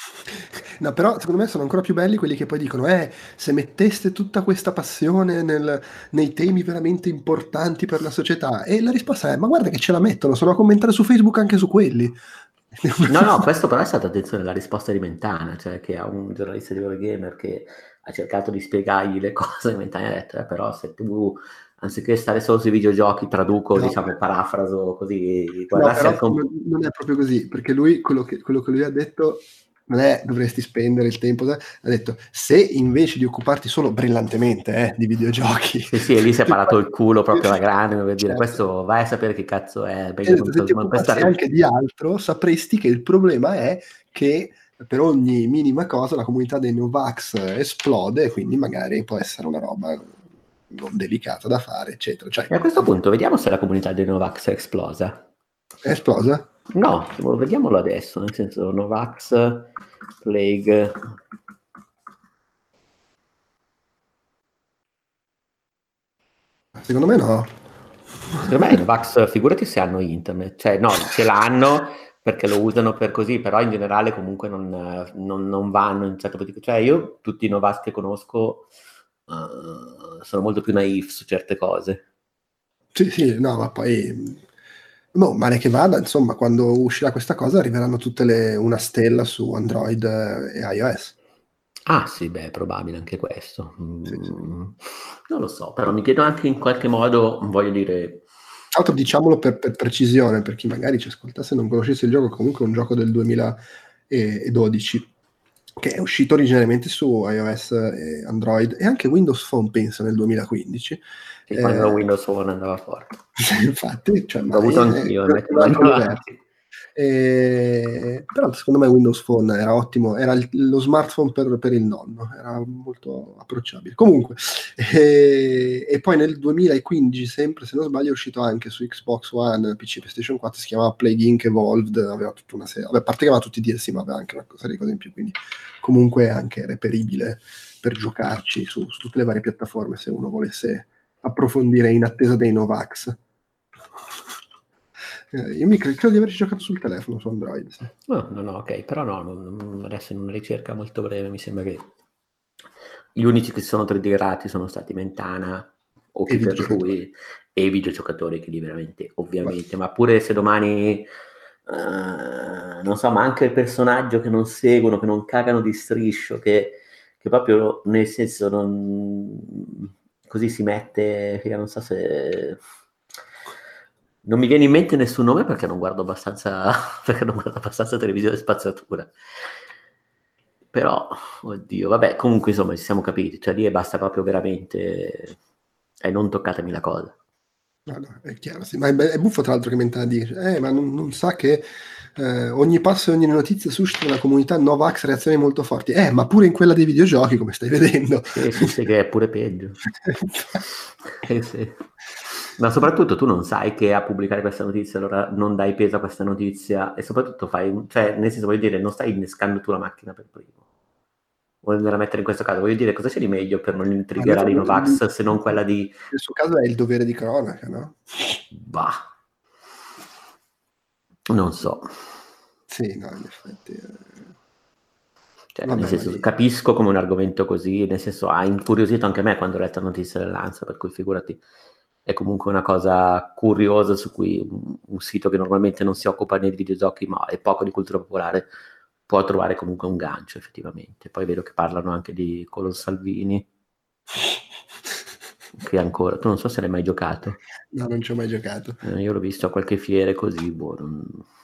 No, però secondo me sono ancora più belli quelli che poi dicono, eh, se metteste tutta questa passione nel- nei temi veramente importanti per la società. E la risposta è, ma guarda che ce la mettono, sono a commentare su Facebook anche su quelli. no, no, questo però è stata, attenzione, la risposta di Mentana, cioè che a un giornalista di Eurogamer che ha cercato di spiegargli le cose, Mentana ha detto, eh, però se tu, anziché stare solo sui videogiochi, traduco, No. diciamo, parafraso così, No, guardassi però al comp- non non è proprio così, perché lui, quello che, quello che lui ha detto non è dovresti spendere il tempo, ha detto se invece di occuparti solo brillantemente eh, di videogiochi, Sì, sì, e lì si è ti parato occupa- il culo proprio alla grande, per dire, certo. questo vai a sapere che cazzo è, E ha meglio detto, non, se ti non occupassi prestare. anche di altro, sapresti che il problema è che per ogni minima cosa la comunità dei Novax esplode, e quindi magari può essere una roba non delicata da fare, eccetera. Cioè, E a questo punto vediamo se la comunità dei Novax è esplosa. è esplosa? No, vediamolo adesso, nel senso Novax, Plague. Secondo me no. Secondo me i Novax, figurati se hanno internet, cioè no, ce l'hanno perché lo usano per così, però in generale comunque non, non, non vanno in certo tipo, cioè io tutti i Novax che conosco uh, sono molto più naif su certe cose. Sì, sì, no, ma poi no, male che vada, insomma, quando uscirà questa cosa arriveranno tutte le una stella su Android e iOS. Ah sì, beh, è probabile anche questo. Sì, sì. Mm, non lo so, però mi chiedo anche in qualche modo, voglio dire, Tra l'altro diciamolo per, per precisione, per chi magari ci ascoltasse e non conoscesse il gioco, comunque è un gioco del duemiladodici che è uscito originariamente su iOS e Android e anche Windows Phone, penso, nel duemilaquindici. sì, Eh, quando Windows Phone andava forte. infatti, cioè, L'ho ma è, avuto è anch'io, un mettimi altro avanti. universo. Eh, però secondo me Windows Phone era ottimo, era il- lo smartphone per, per il nonno, era molto approcciabile. Comunque, eh, e poi nel duemilaquindici, sempre se non sbaglio, è uscito anche su Xbox One, P C, PlayStation quattro, si chiamava Plague Inc. Evolved, aveva tutta una serie, vabbè, a parte che aveva tutti i D L C, ma aveva anche una serie di cose in più, quindi comunque è anche reperibile per giocarci su, su tutte le varie piattaforme se uno volesse approfondire in attesa dei Novax. Eh, io mi cre- credo di averci giocato sul telefono su Android. Sì. No, no, no, ok, però no, non- non- adesso in una ricerca molto breve mi sembra che gli unici che si sono triggерati sono stati Mentana o E chi per videogiocatori. lui e i videogiocatori che lì veramente, ovviamente, Guarda. ma pure se domani, eh, non so, ma anche il personaggio che non seguono, che non cagano di striscio, che, che proprio nel senso non... così si mette, io non so se... Non mi viene in mente nessun nome perché non guardo abbastanza, perché non guardo abbastanza televisione e spazzatura. Però, oddio, vabbè, comunque insomma ci siamo capiti, cioè lì e basta proprio veramente, e non toccatemi la cosa. No, no, è chiaro, sì. Ma è, be- è buffo tra l'altro che Mentana dice, eh, ma non, non sa che eh, ogni passo e ogni notizia suscita nella comunità Novax reazioni molto forti. Eh, ma pure in quella dei videogiochi, come stai vedendo. Sì, sì, sì, che è pure peggio. Eh, sì. Ma soprattutto tu non sai che a pubblicare questa notizia, allora non dai peso a questa notizia e soprattutto fai, cioè nel senso voglio dire, non stai innescando tu la macchina per primo. vuole andare a mettere in questo caso? Voglio dire, cosa c'è di meglio per non Ma intrigare lui- i Novax se non quella di... Nel suo caso è il dovere di cronaca, no? Bah. Non so. Sì, no, in effetti. eh. Cioè, Vabbè, nel senso, ma lì- capisco come un argomento così, nel senso, ha incuriosito anche me quando ho letto la notizia dell'Ansa, per cui figurati, è comunque una cosa curiosa su cui un, un sito che normalmente non si occupa né di videogiochi, ma è poco di cultura popolare, può trovare comunque un gancio, effettivamente. Poi vedo che parlano anche di Colon Salvini, che ancora, tu non so se l'hai mai giocato. No, non ci ho mai giocato. Eh, io l'ho visto a qualche fiere così, boh, non,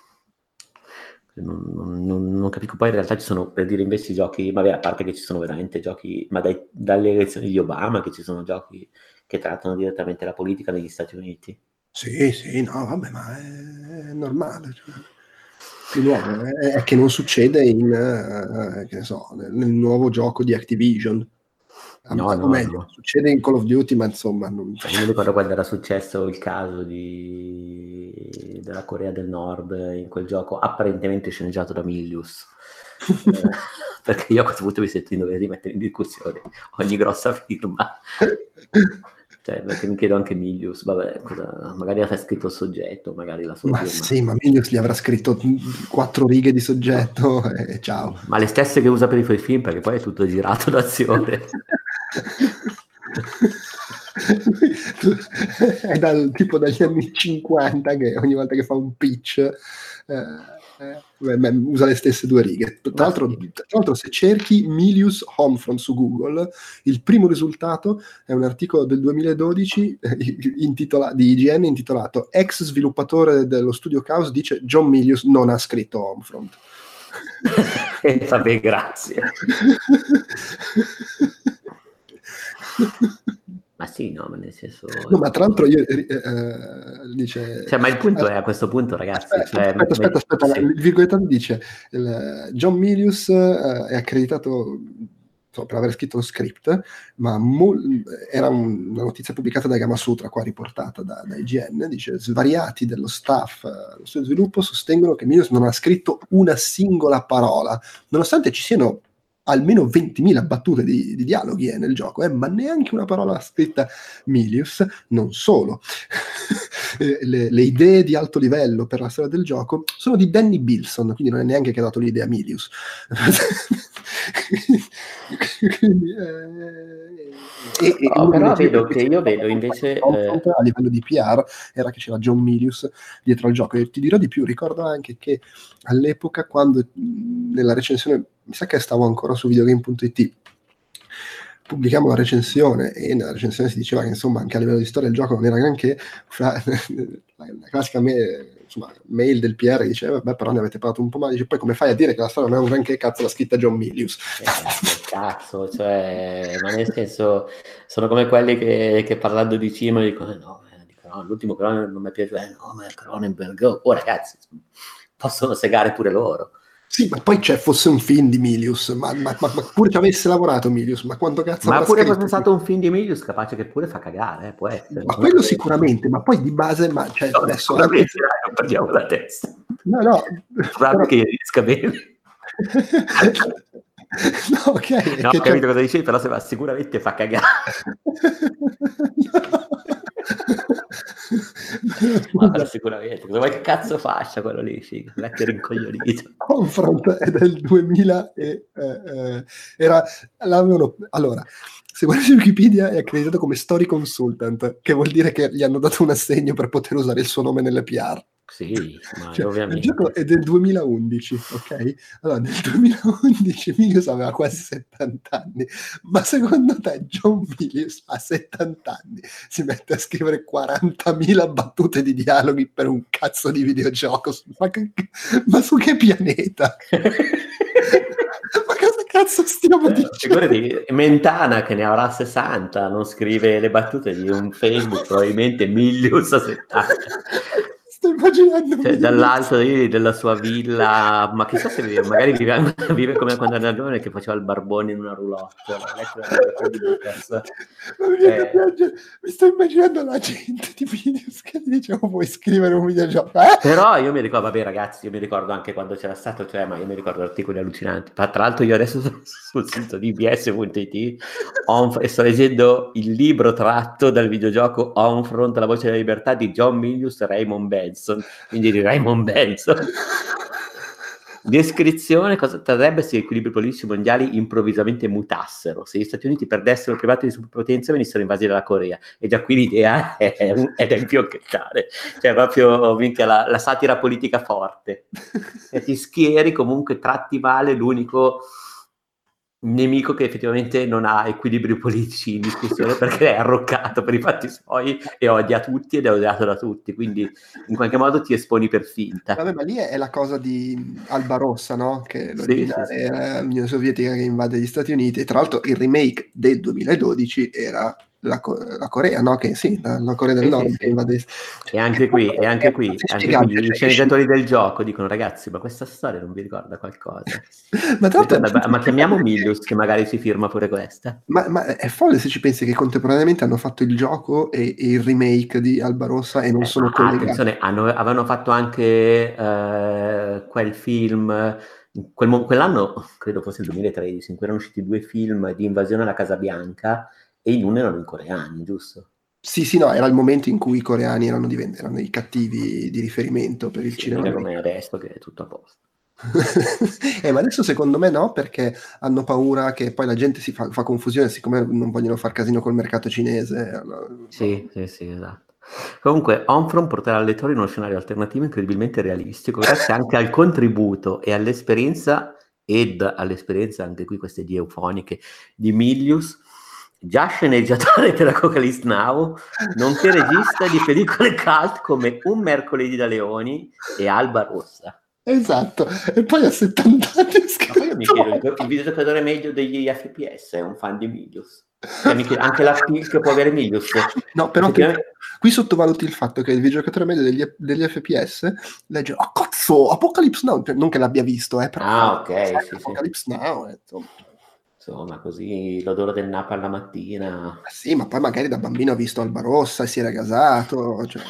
non, non- non- non capisco. Poi in realtà ci sono, per dire, invece i giochi, vabbè, a parte che ci sono veramente giochi, ma dai- dalle elezioni di Obama che ci sono giochi che trattano direttamente la politica negli Stati Uniti. Sì, sì, no, vabbè, ma è, è normale. Cioè. Di nuovo, è, è che non succede in, eh, che ne so, nel, nel nuovo gioco di Activision. No, o no, meglio, no. succede in Call of Duty, ma insomma, non... Cioè, io mi ricordo quando era successo il caso di... della Corea del Nord in quel gioco apparentemente sceneggiato da Milius. Eh, perché io a questo punto mi sento in dovere di mettere in discussione ogni grossa firma. Cioè, perché mi chiedo anche Milius, vabbè, cosa... magari ha scritto il soggetto, magari la sua Ma firma. sì, ma Milius gli avrà scritto quattro righe di soggetto e ciao. Ma le stesse che usa per i suoi film, perché poi è tutto girato d'azione. È dal tipo dagli anni cinquanta che ogni volta che fa un pitch eh, eh, beh, usa le stesse due righe. Tra l'altro, tra l'altro, se cerchi Milius Homefront su Google, il primo risultato è un articolo del duemiladodici eh, intitola- di I G N intitolato "Ex sviluppatore dello studio Chaos dice John Milius non ha scritto Homefront". E vabbè, grazie. Ma sì, no, ma nel senso... No, ma tra l'altro io, eh, eh, dice... Cioè, ma il punto è a questo punto, ragazzi... Aspetta, cioè, aspetta, aspetta, aspetta, sì. il virgolettato dice il, John Milius eh, è accreditato so, per aver scritto lo script, ma mo- era un- una notizia pubblicata da Gamasutra, qua riportata da, da I G N, dice svariati dello staff eh, dello studio di sviluppo sostengono che Milius non ha scritto una singola parola, nonostante ci siano almeno ventimila battute di, di dialoghi eh, nel gioco, eh, ma neanche una parola scritta Milius. Non solo, le, le idee di alto livello per la storia del gioco sono di Danny Bilson, quindi non è neanche che ha dato l'idea a Milius. quindi, eh, e, e Oh, però vedo che io vedo invece eh... a livello di P R era che c'era John Milius dietro al gioco, e ti dirò di più, ricordo anche che all'epoca, quando nella recensione, mi sa che stavo ancora su videogame punto it, pubblichiamo la recensione e nella recensione si diceva che insomma anche a livello di storia il gioco non era granché, fra, la, la classica me, insomma, mail del P R che diceva beh però ne avete parlato un po' male, dice poi come fai a dire che la storia non è un granché, cazzo l'ha scritta John Milius. Eh, cazzo, cioè, ma nel senso sono come quelli che, che parlando di cinema dicono eh, no, eh, dicono, no, l'ultimo Cronenberg non mi piace, eh, no, ma è Cronenberg, oh ragazzi, possono segare pure loro. Sì, ma poi c'è fosse un film di Milius, ma, ma, ma, ma pure ci avesse lavorato Milius, ma quanto cazzo ma avrà pure scritto? fosse stato un film di Milius capace che pure fa cagare, eh, può essere. Ma quello sicuramente, ma poi di base, ma cioè, no, adesso anche... anche... non perdiamo la testa. No, no. Però... che riesca bene. No, ok. No, ho capito cosa dicevi, però se va, sicuramente fa cagare. Ma sicuramente, ma che cazzo fascia quello lì, figo, vecchio rincoglionito. Homefront è del duemila e eh, eh, era l'avevano, allora, se guardi su Wikipedia è accreditato come story consultant, che vuol dire che gli hanno dato un assegno per poter usare il suo nome nelle P R. Sì, ma cioè, ovviamente. Il gioco è del duemilaundici, ok? Allora, nel duemilaundici Milius aveva quasi settanta anni, ma secondo te John Milius a settanta anni si mette a scrivere quarantamila battute di dialoghi per un cazzo di videogioco? Ma, che, ma su che pianeta? Ma cosa cazzo stiamo eh, dicendo? Figurati, Mentana che ne avrà sessanta non scrive le battute di un Facebook, probabilmente Milius a settanta. sto immaginando Cioè, dall'alto lì della sua villa, ma chissà se vive, magari vive, vive come quando era giovane che faceva il barbone in una roulotte. Ma mi viene da piangere. Mi sto immaginando la gente di Milius che gli dicevo puoi scrivere un videogioco. Eh? Però io mi ricordo, vabbè ragazzi, io mi ricordo anche quando c'era stato, cioè, ma io mi ricordo articoli allucinanti. Tra l'altro io adesso sono sul sito di b s punto i t on, e sto leggendo il libro tratto dal videogioco Homefront, la voce della libertà di John Milius e Raymond Benson, quindi di Raymond Benson. Descrizione: cosa accadrebbe se gli equilibri politici mondiali improvvisamente mutassero, se gli Stati Uniti perdessero il privato di superpotenza e venissero invasi dalla Corea. E già qui l'idea è, è, è da infiocchettare, cioè proprio minchia, la, la satira politica forte, e ti schieri comunque, tratti male l'unico nemico che effettivamente non ha equilibri politici in discussione, perché è arroccato per i fatti suoi e odia tutti ed è odiato da tutti, quindi in qualche modo ti esponi per finta. Vabbè, ma lì è la cosa di Alba Rossa, no? Che Sì, l'originale sì, sì. era l'Unione Sovietica che invade gli Stati Uniti, e tra l'altro il remake del duemiladodici era la, la Corea, no? Che sì, la, la Corea del Sì, Nord sì, che sì. invade. E anche qui, e anche qui, anche qui gli cioè, sceneggiatori del gioco dicono: ragazzi, ma questa storia non vi ricorda qualcosa? Ma, tra l'altro, ma, ma chiamiamo Milius che magari si firma pure questa. Ma, ma è folle se ci pensi che contemporaneamente hanno fatto il gioco e, e il remake di Alba Rossa e non Eh, sono ma collegati. attenzione, hanno, avevano fatto anche eh, quel film, in quel mo- quell'anno, credo fosse il duemilatredici, in cui erano usciti due film di invasione alla Casa Bianca, e in uno erano i coreani, giusto? Sì, sì, no, era il momento in cui i coreani erano, divent- erano i cattivi di riferimento per il Sì, cinema mica come americano. adesso che è tutto a posto. eh, ma adesso secondo me no, perché hanno paura che poi la gente si fa, fa confusione, siccome non vogliono far casino col mercato cinese. Allora, Sì, sì, sì, esatto. Comunque, Homefront porterà al lettore in uno scenario alternativo incredibilmente realistico, grazie anche al contributo e all'esperienza, ed all'esperienza, anche qui queste die eufoniche, di Milius, già sceneggiatore per Apocalypse Now, nonché regista di pellicole cult come Un mercoledì da leoni e Alba Rossa. Esatto, e poi a settanta anni è Ma poi io mi chiedo, scritto. il, il videogiocatore meglio degli F P S è un fan di Milius? Cioè, mi chiedo, anche la P che può avere Milius? No, però Effettivamente- qui sottovaluti il fatto che il videogiocatore medio degli, degli F P S legge: "Ah, cazzo, Apocalypse Now", cioè, non che l'abbia visto, eh, però Ah, ok, sai, sì, sì. Apocalypse Now, eh, insomma. Insomma, così l'odore del napalm alla mattina. Ma sì, ma poi magari da bambino ha visto Alba Rossa e si era gasato, cioè.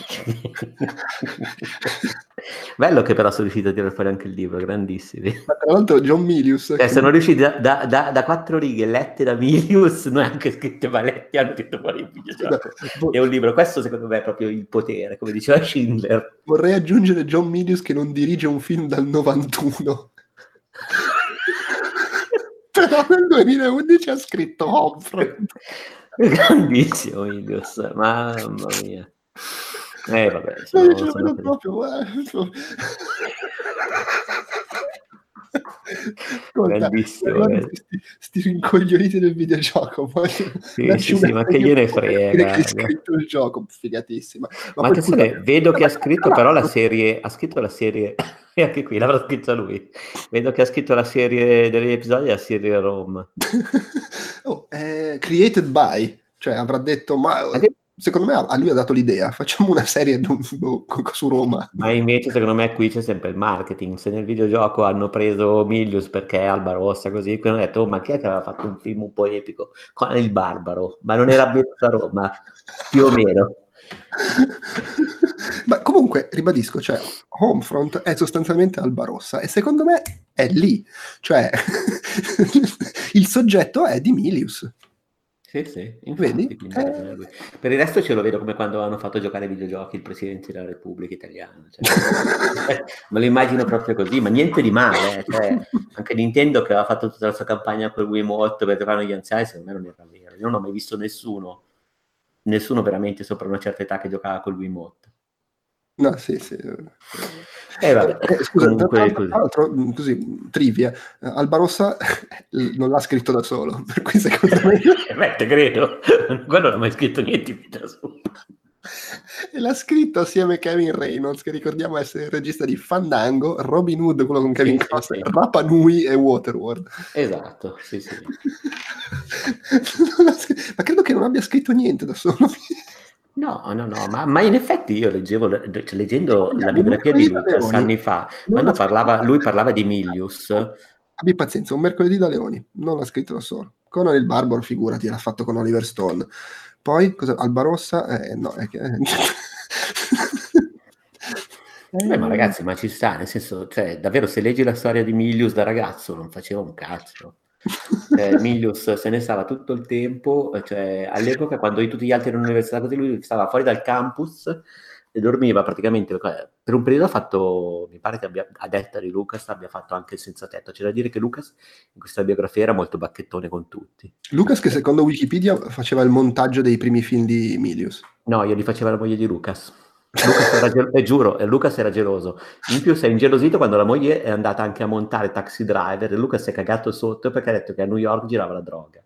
Bello che però sono riuscito a tirare fuori anche il libro, grandissimi. Ma tra l'altro John Milius, Cioè, che- sono riusciti da, da- da- da quattro righe lette da Milius, noi anche scritte maletti, hanno detto fuori il videogioco. È un libro, questo secondo me è proprio il potere, come diceva Schindler. vorrei aggiungere John Milius che non dirige un film dal novantuno. Però nel duemilaundici ha scritto Homefront. Grandissimo Milius, mamma mia. Eh vabbè, No, sono, io ce lo sono vedo felice. proprio, eh. Ascolta, Grandissimo, guarda eh. sti, sti rincoglioniti del videogioco, poi Sì, lasci sì, una sì, ma che segno gliene per dire frega. che hai scritto il gioco, figatissima. Ma, Ma poi, attenzione, scusa, vedo che ha ma scritto tra però la l'altro- serie, ha scritto la serie, e anche qui l'avrà scritto lui, vedo che ha scritto la serie degli episodi della serie Rome. Oh, eh, created by, cioè avrà detto, ma Anche- secondo me a a lui ha dato l'idea, facciamo una serie du- boh, su Roma. Ma invece secondo me qui c'è sempre il marketing. Se nel videogioco hanno preso Milius perché è Alba Rossa, così, qui hanno detto: oh, ma chi è che aveva fatto un film un po' epico con il Barbaro? Ma non era ambientato a Roma, più o meno. Ma comunque, ribadisco, cioè, Homefront è sostanzialmente Alba Rossa e secondo me è lì, cioè il soggetto è di Milius. Sì, sì, infatti, Vedi? quindi Eh. ha ragione lui. Per il resto ce lo vedo come quando hanno fatto giocare ai videogiochi il Presidente della Repubblica Italiana. Cioè, me lo immagino proprio così, ma niente di male. eh, Cioè, anche Nintendo che aveva fatto tutta la sua campagna con il Wiimote per giocare agli anziani, secondo me non era vero. Io non ho mai visto nessuno, nessuno veramente sopra una certa età che giocava col Wiimote. No, sì, sì. Eh, vabbè, Eh, scusa, tra comunque l'altro, così. tra l'altro, mh, così, trivia, eh, Alba Rossa eh, non l'ha scritto da solo, per cui secondo me Eh, beh, te credo. Quello non ha mai scritto niente in vita sua. e l'ha scritto assieme a Kevin Reynolds, che ricordiamo essere il regista di Fandango, Robin Hood, quello con Kevin Sì, sì, Costner, sì. Rapa Nui e Waterworld. Esatto, sì, sì. Non l'ha scr- Ma credo che non abbia scritto niente da solo. No, no, no, ma, ma in effetti io leggevo, cioè, leggendo la Un biografia di mercoledì da Lucas leoni. anni fa, Non quando l'ha parlava, scritto. lui parlava di Milius, Abbi pazienza, un mercoledì da leoni. Non l'ha scritto da solo. Conan il Barbaro, figurati, l'ha fatto con Oliver Stone. Poi, cosa, Alba Rossa? Eh, no, è che... Beh, ma ragazzi, ma ci sta, nel senso, cioè, davvero, se leggi la storia di Milius da ragazzo, non faceva un cazzo. Cioè, Milius se ne stava tutto il tempo, cioè, all'epoca, quando tutti gli altri erano all'università, così lui stava fuori dal campus e dormiva praticamente. Per un periodo ha fatto, mi pare che abbia, a detta di Lucas, abbia fatto anche il senza tetto. C'è da dire che Lucas in questa biografia era molto bacchettone con tutti. Lucas, che secondo Wikipedia faceva il montaggio dei primi film di Milius. No, io li faceva la moglie di Lucas. Lucas era gel- eh, giuro, eh, Lucas era geloso. In più si è ingelosito quando la moglie è andata anche a montare Taxi Driver e Lucas si è cagato sotto perché ha detto che a New York girava la droga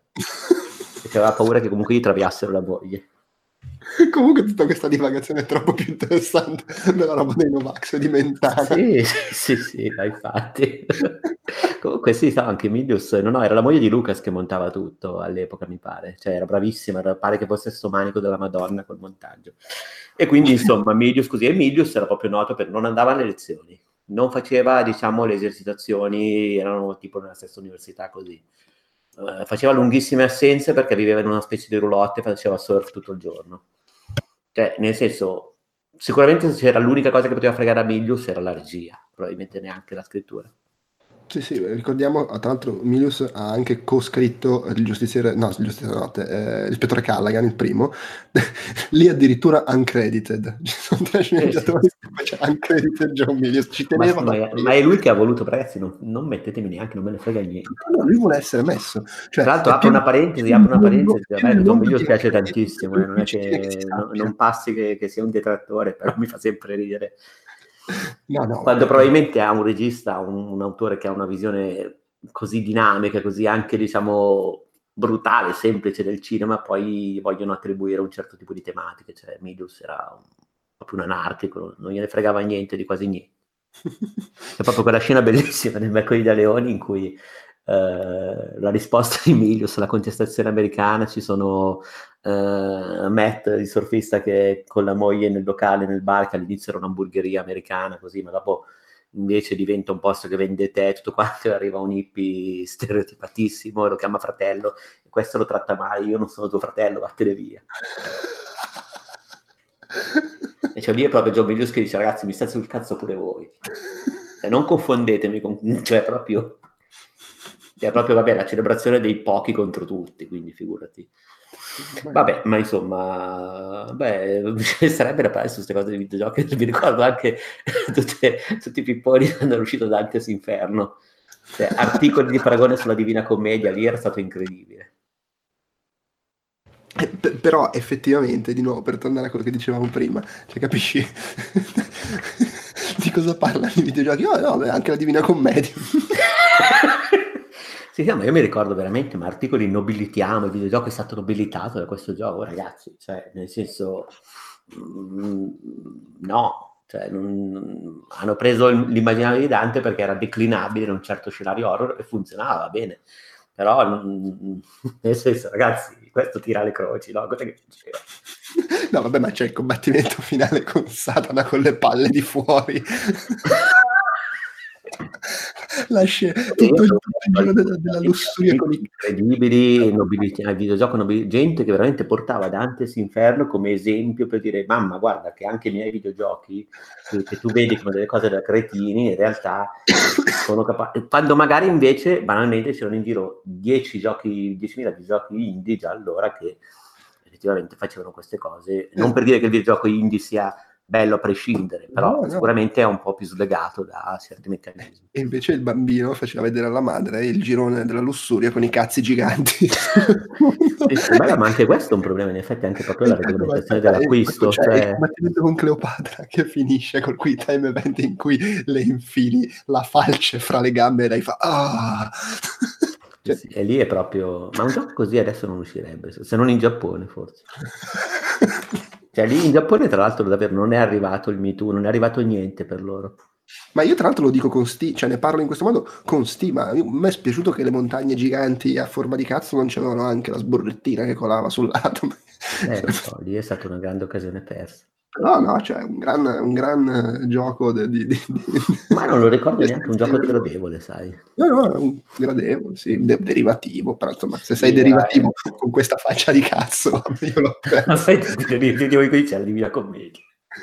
e che aveva paura che comunque gli traviassero la moglie. Comunque tutta questa divagazione è troppo più interessante della roba dei Novax di Mentana. Sì, sì, sì, ma infatti. Comunque sì, stava anche Milius, no, no, era la moglie di Lucas che montava tutto all'epoca, mi pare. Cioè, era bravissima, era- pare che fosse sto manico della Madonna col montaggio. E quindi, insomma, Milius così. E Milius era proprio noto per non andare alle lezioni. Non faceva, diciamo, le esercitazioni, erano tipo nella stessa università così. Eh, faceva lunghissime assenze perché viveva in una specie di roulotte e faceva surf tutto il giorno. Cioè, nel senso, sicuramente se c'era l'unica cosa che poteva fregare a Milius era la regia, probabilmente neanche la scrittura. Sì, sì, ricordiamo, tra l'altro Milius ha anche co-scritto il giustiziere, no, il giustiziere no, eh, l'ispettore Callaghan, il primo, lì addirittura uncredited, ci sono tre sceneggiatori sì, sì. che facevano uncredited John Milius, ci Ma, tenevano. ma, ma è lui che ha voluto, ragazzi, non, non mettetemi neanche, non me ne frega niente. No, lui vuole essere messo. Cioè, Tra l'altro è apro più- una parentesi, più apro il una mondo- parentesi, a più il me John mondo Milius ti piace accredita, tantissimo, più eh, non è ci tiene che si che no- sappia. non passi che, che sia un detrattore, però mi fa sempre ridere. No, no, Quando vabbè, probabilmente ha un regista, un, un autore che ha una visione così dinamica, così anche, diciamo, brutale, semplice del cinema, poi vogliono attribuire un certo tipo di tematiche. Cioè, Milius era un, proprio un anarchico, non gliene fregava niente di quasi niente. C'è proprio quella scena bellissima nel Mercoledì da Leoni in cui eh, la risposta di Milius alla contestazione americana, ci sono eh, Matt, il surfista, che con la moglie nel locale, nel bar, che all'inizio era un'hamburgeria americana così, ma dopo invece diventa un posto che vende tè, tutto quanto, e arriva un hippie stereotipatissimo e lo chiama fratello, e questo lo tratta male: io non sono tuo fratello, vattene via. E cioè lì è proprio John Milius che dice: ragazzi, mi state sul cazzo pure voi, cioè, non confondetemi con... cioè proprio è proprio, vabbè, la celebrazione dei pochi contro tutti, quindi figurati. Vabbè, ma insomma, beh, sarebbe da parlare su queste cose dei videogiochi. Mi ricordo anche tutte, tutti i pipponi quando è uscito Dante's Inferno, cioè, articoli di paragone sulla Divina Commedia, lì era stato incredibile. Eh, p- però effettivamente, di nuovo, per tornare a quello che dicevamo prima, cioè capisci di cosa parlano i videogiochi? Oh, no, beh, anche la Divina Commedia. Sì, sì, ma io mi ricordo veramente, ma articoli: nobilitiamo, il videogioco è stato nobilitato da questo gioco, ragazzi, cioè, nel senso, mm, no, cioè, non- hanno preso il- l'immaginario di Dante perché era declinabile in un certo scenario horror e funzionava va bene, però non- nel senso, ragazzi, questo tira le croci, no? Cosa che diceva? No, vabbè, ma c'è il combattimento finale con Satana con le palle di fuori. La scena, tutto il, tutto il giro della, della lussuria con i... incredibili, nobiliti- al videogioco nobili- gente che veramente portava Dante's Inferno come esempio per dire: mamma, guarda che anche i miei videogiochi, che, che tu vedi come delle cose da cretini, in realtà sono capaci. Quando magari invece banalmente c'erano in giro dieci giochi, diecimila giochi indie già allora che effettivamente facevano queste cose, non per dire che il videogioco indie sia bello a prescindere, però No, no. sicuramente è un po' più slegato da certi meccanismi. E invece il bambino faceva vedere alla madre il girone della lussuria con i cazzi giganti. Sì, sì, beh, ma anche questo è un problema, in effetti, anche proprio la regolamentazione dell'acquisto. Cioè, Cioè... il combattimento con Cleopatra che finisce col quick time event in cui le infili la falce fra le gambe e lei fa ah! Sì, sì, e lì è proprio... Ma un gioco così adesso non uscirebbe, se non in Giappone forse. Cioè lì in Giappone, tra l'altro, davvero non è arrivato il Me Too, non è arrivato niente per loro. Ma io tra l'altro lo dico con sti, cioè ne parlo in questo modo con stima. Io- A me è piaciuto che le montagne giganti a forma di cazzo non c'avevano anche la sborrettina che colava sul lato. Eh, lo so, lì è stata una grande occasione persa. No, no, cioè un gran, un gran eh, gioco de- di, di, di- Ma non lo ricordo di neanche un gioco estensione. gradevole, sai. No, no, è un gradevole, sì, de- derivativo, però insomma, se sei Sì, era... derivativo con questa faccia di cazzo, io lo apprezzo. Fai tutti i video qui c'è la Divina Commedia.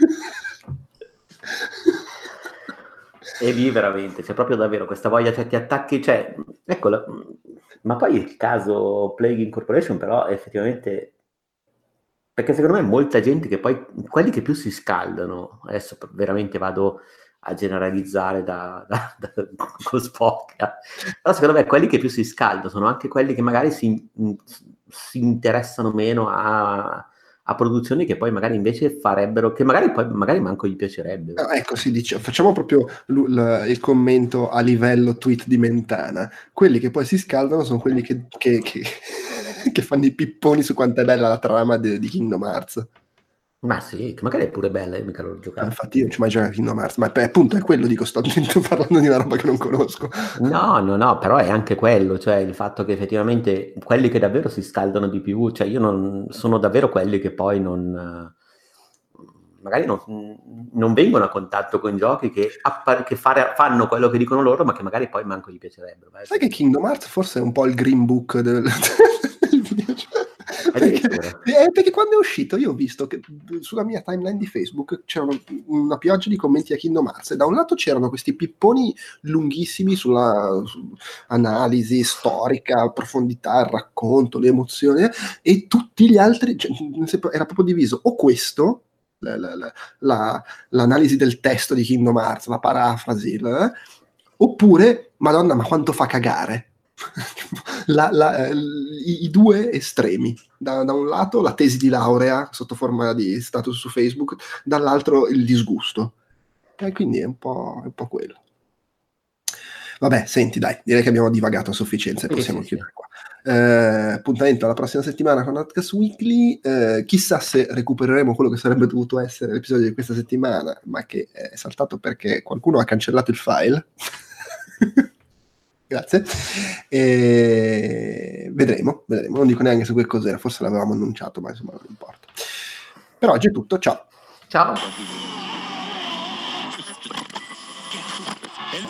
E lì veramente c'è proprio davvero questa voglia, cioè ti attacchi, cioè, ecco, la- ma poi il caso Plague Incorporation però è effettivamente, perché secondo me molta gente che poi, quelli che più si scaldano, adesso veramente vado a generalizzare da, da, da, con spocchia, però secondo me quelli che più si scaldano sono anche quelli che magari si, si interessano meno a, a produzioni che poi magari invece farebbero, che magari poi magari manco gli piacerebbero. Ah, ecco, si dice, facciamo proprio l- l- il commento a livello tweet di Mentana. Quelli che poi si scaldano sono quelli che, che- che- che fanno i pipponi su quanto è bella la trama de- di Kingdom Hearts. Ma sì, che magari è pure bella, io mica l'ho Ah, giocato. infatti io non ci ho mai giocato a Kingdom Hearts, ma beh, appunto è quello, dico, sto parlando di una roba che non conosco. No, no, no, però è anche quello, cioè il fatto che effettivamente quelli che davvero si scaldano di più, cioè io non sono davvero quelli che poi non magari non, non vengono a contatto con giochi che, appar- che fare, fanno quello che dicono loro, ma che magari poi manco gli piacerebbero. Vai. Sai che Kingdom Hearts forse è un po' il Green Book del, del videogioco? Perché, eh, perché quando è uscito io ho visto che sulla mia timeline di Facebook c'era una pioggia di commenti a Kingdom Hearts e da un lato c'erano questi pipponi lunghissimi sulla su analisi storica, profondità, il racconto, le emozioni e tutti gli altri, cioè, era proprio diviso o questo, la, la, la, la, l'analisi del testo di Kingdom Hearts, la parafrasi, la, oppure Madonna ma quanto fa cagare. La, la, i, i due estremi, da, da un lato la tesi di laurea sotto forma di status su Facebook, dall'altro il disgusto, e quindi è un po', è un po' quello. Vabbè, senti, dai, direi che abbiamo divagato a sufficienza e sì, possiamo sì, chiudere sì. qua. Eh, appuntamento alla prossima settimana con Outcast Weekly. Eh, chissà se recupereremo quello che sarebbe dovuto essere l'episodio di questa settimana, ma che è saltato perché qualcuno ha cancellato il file. Grazie. E vedremo, vedremo. Non dico neanche su che cos'era, forse l'avevamo annunciato, ma insomma non importa. Per oggi è tutto, ciao. Ciao.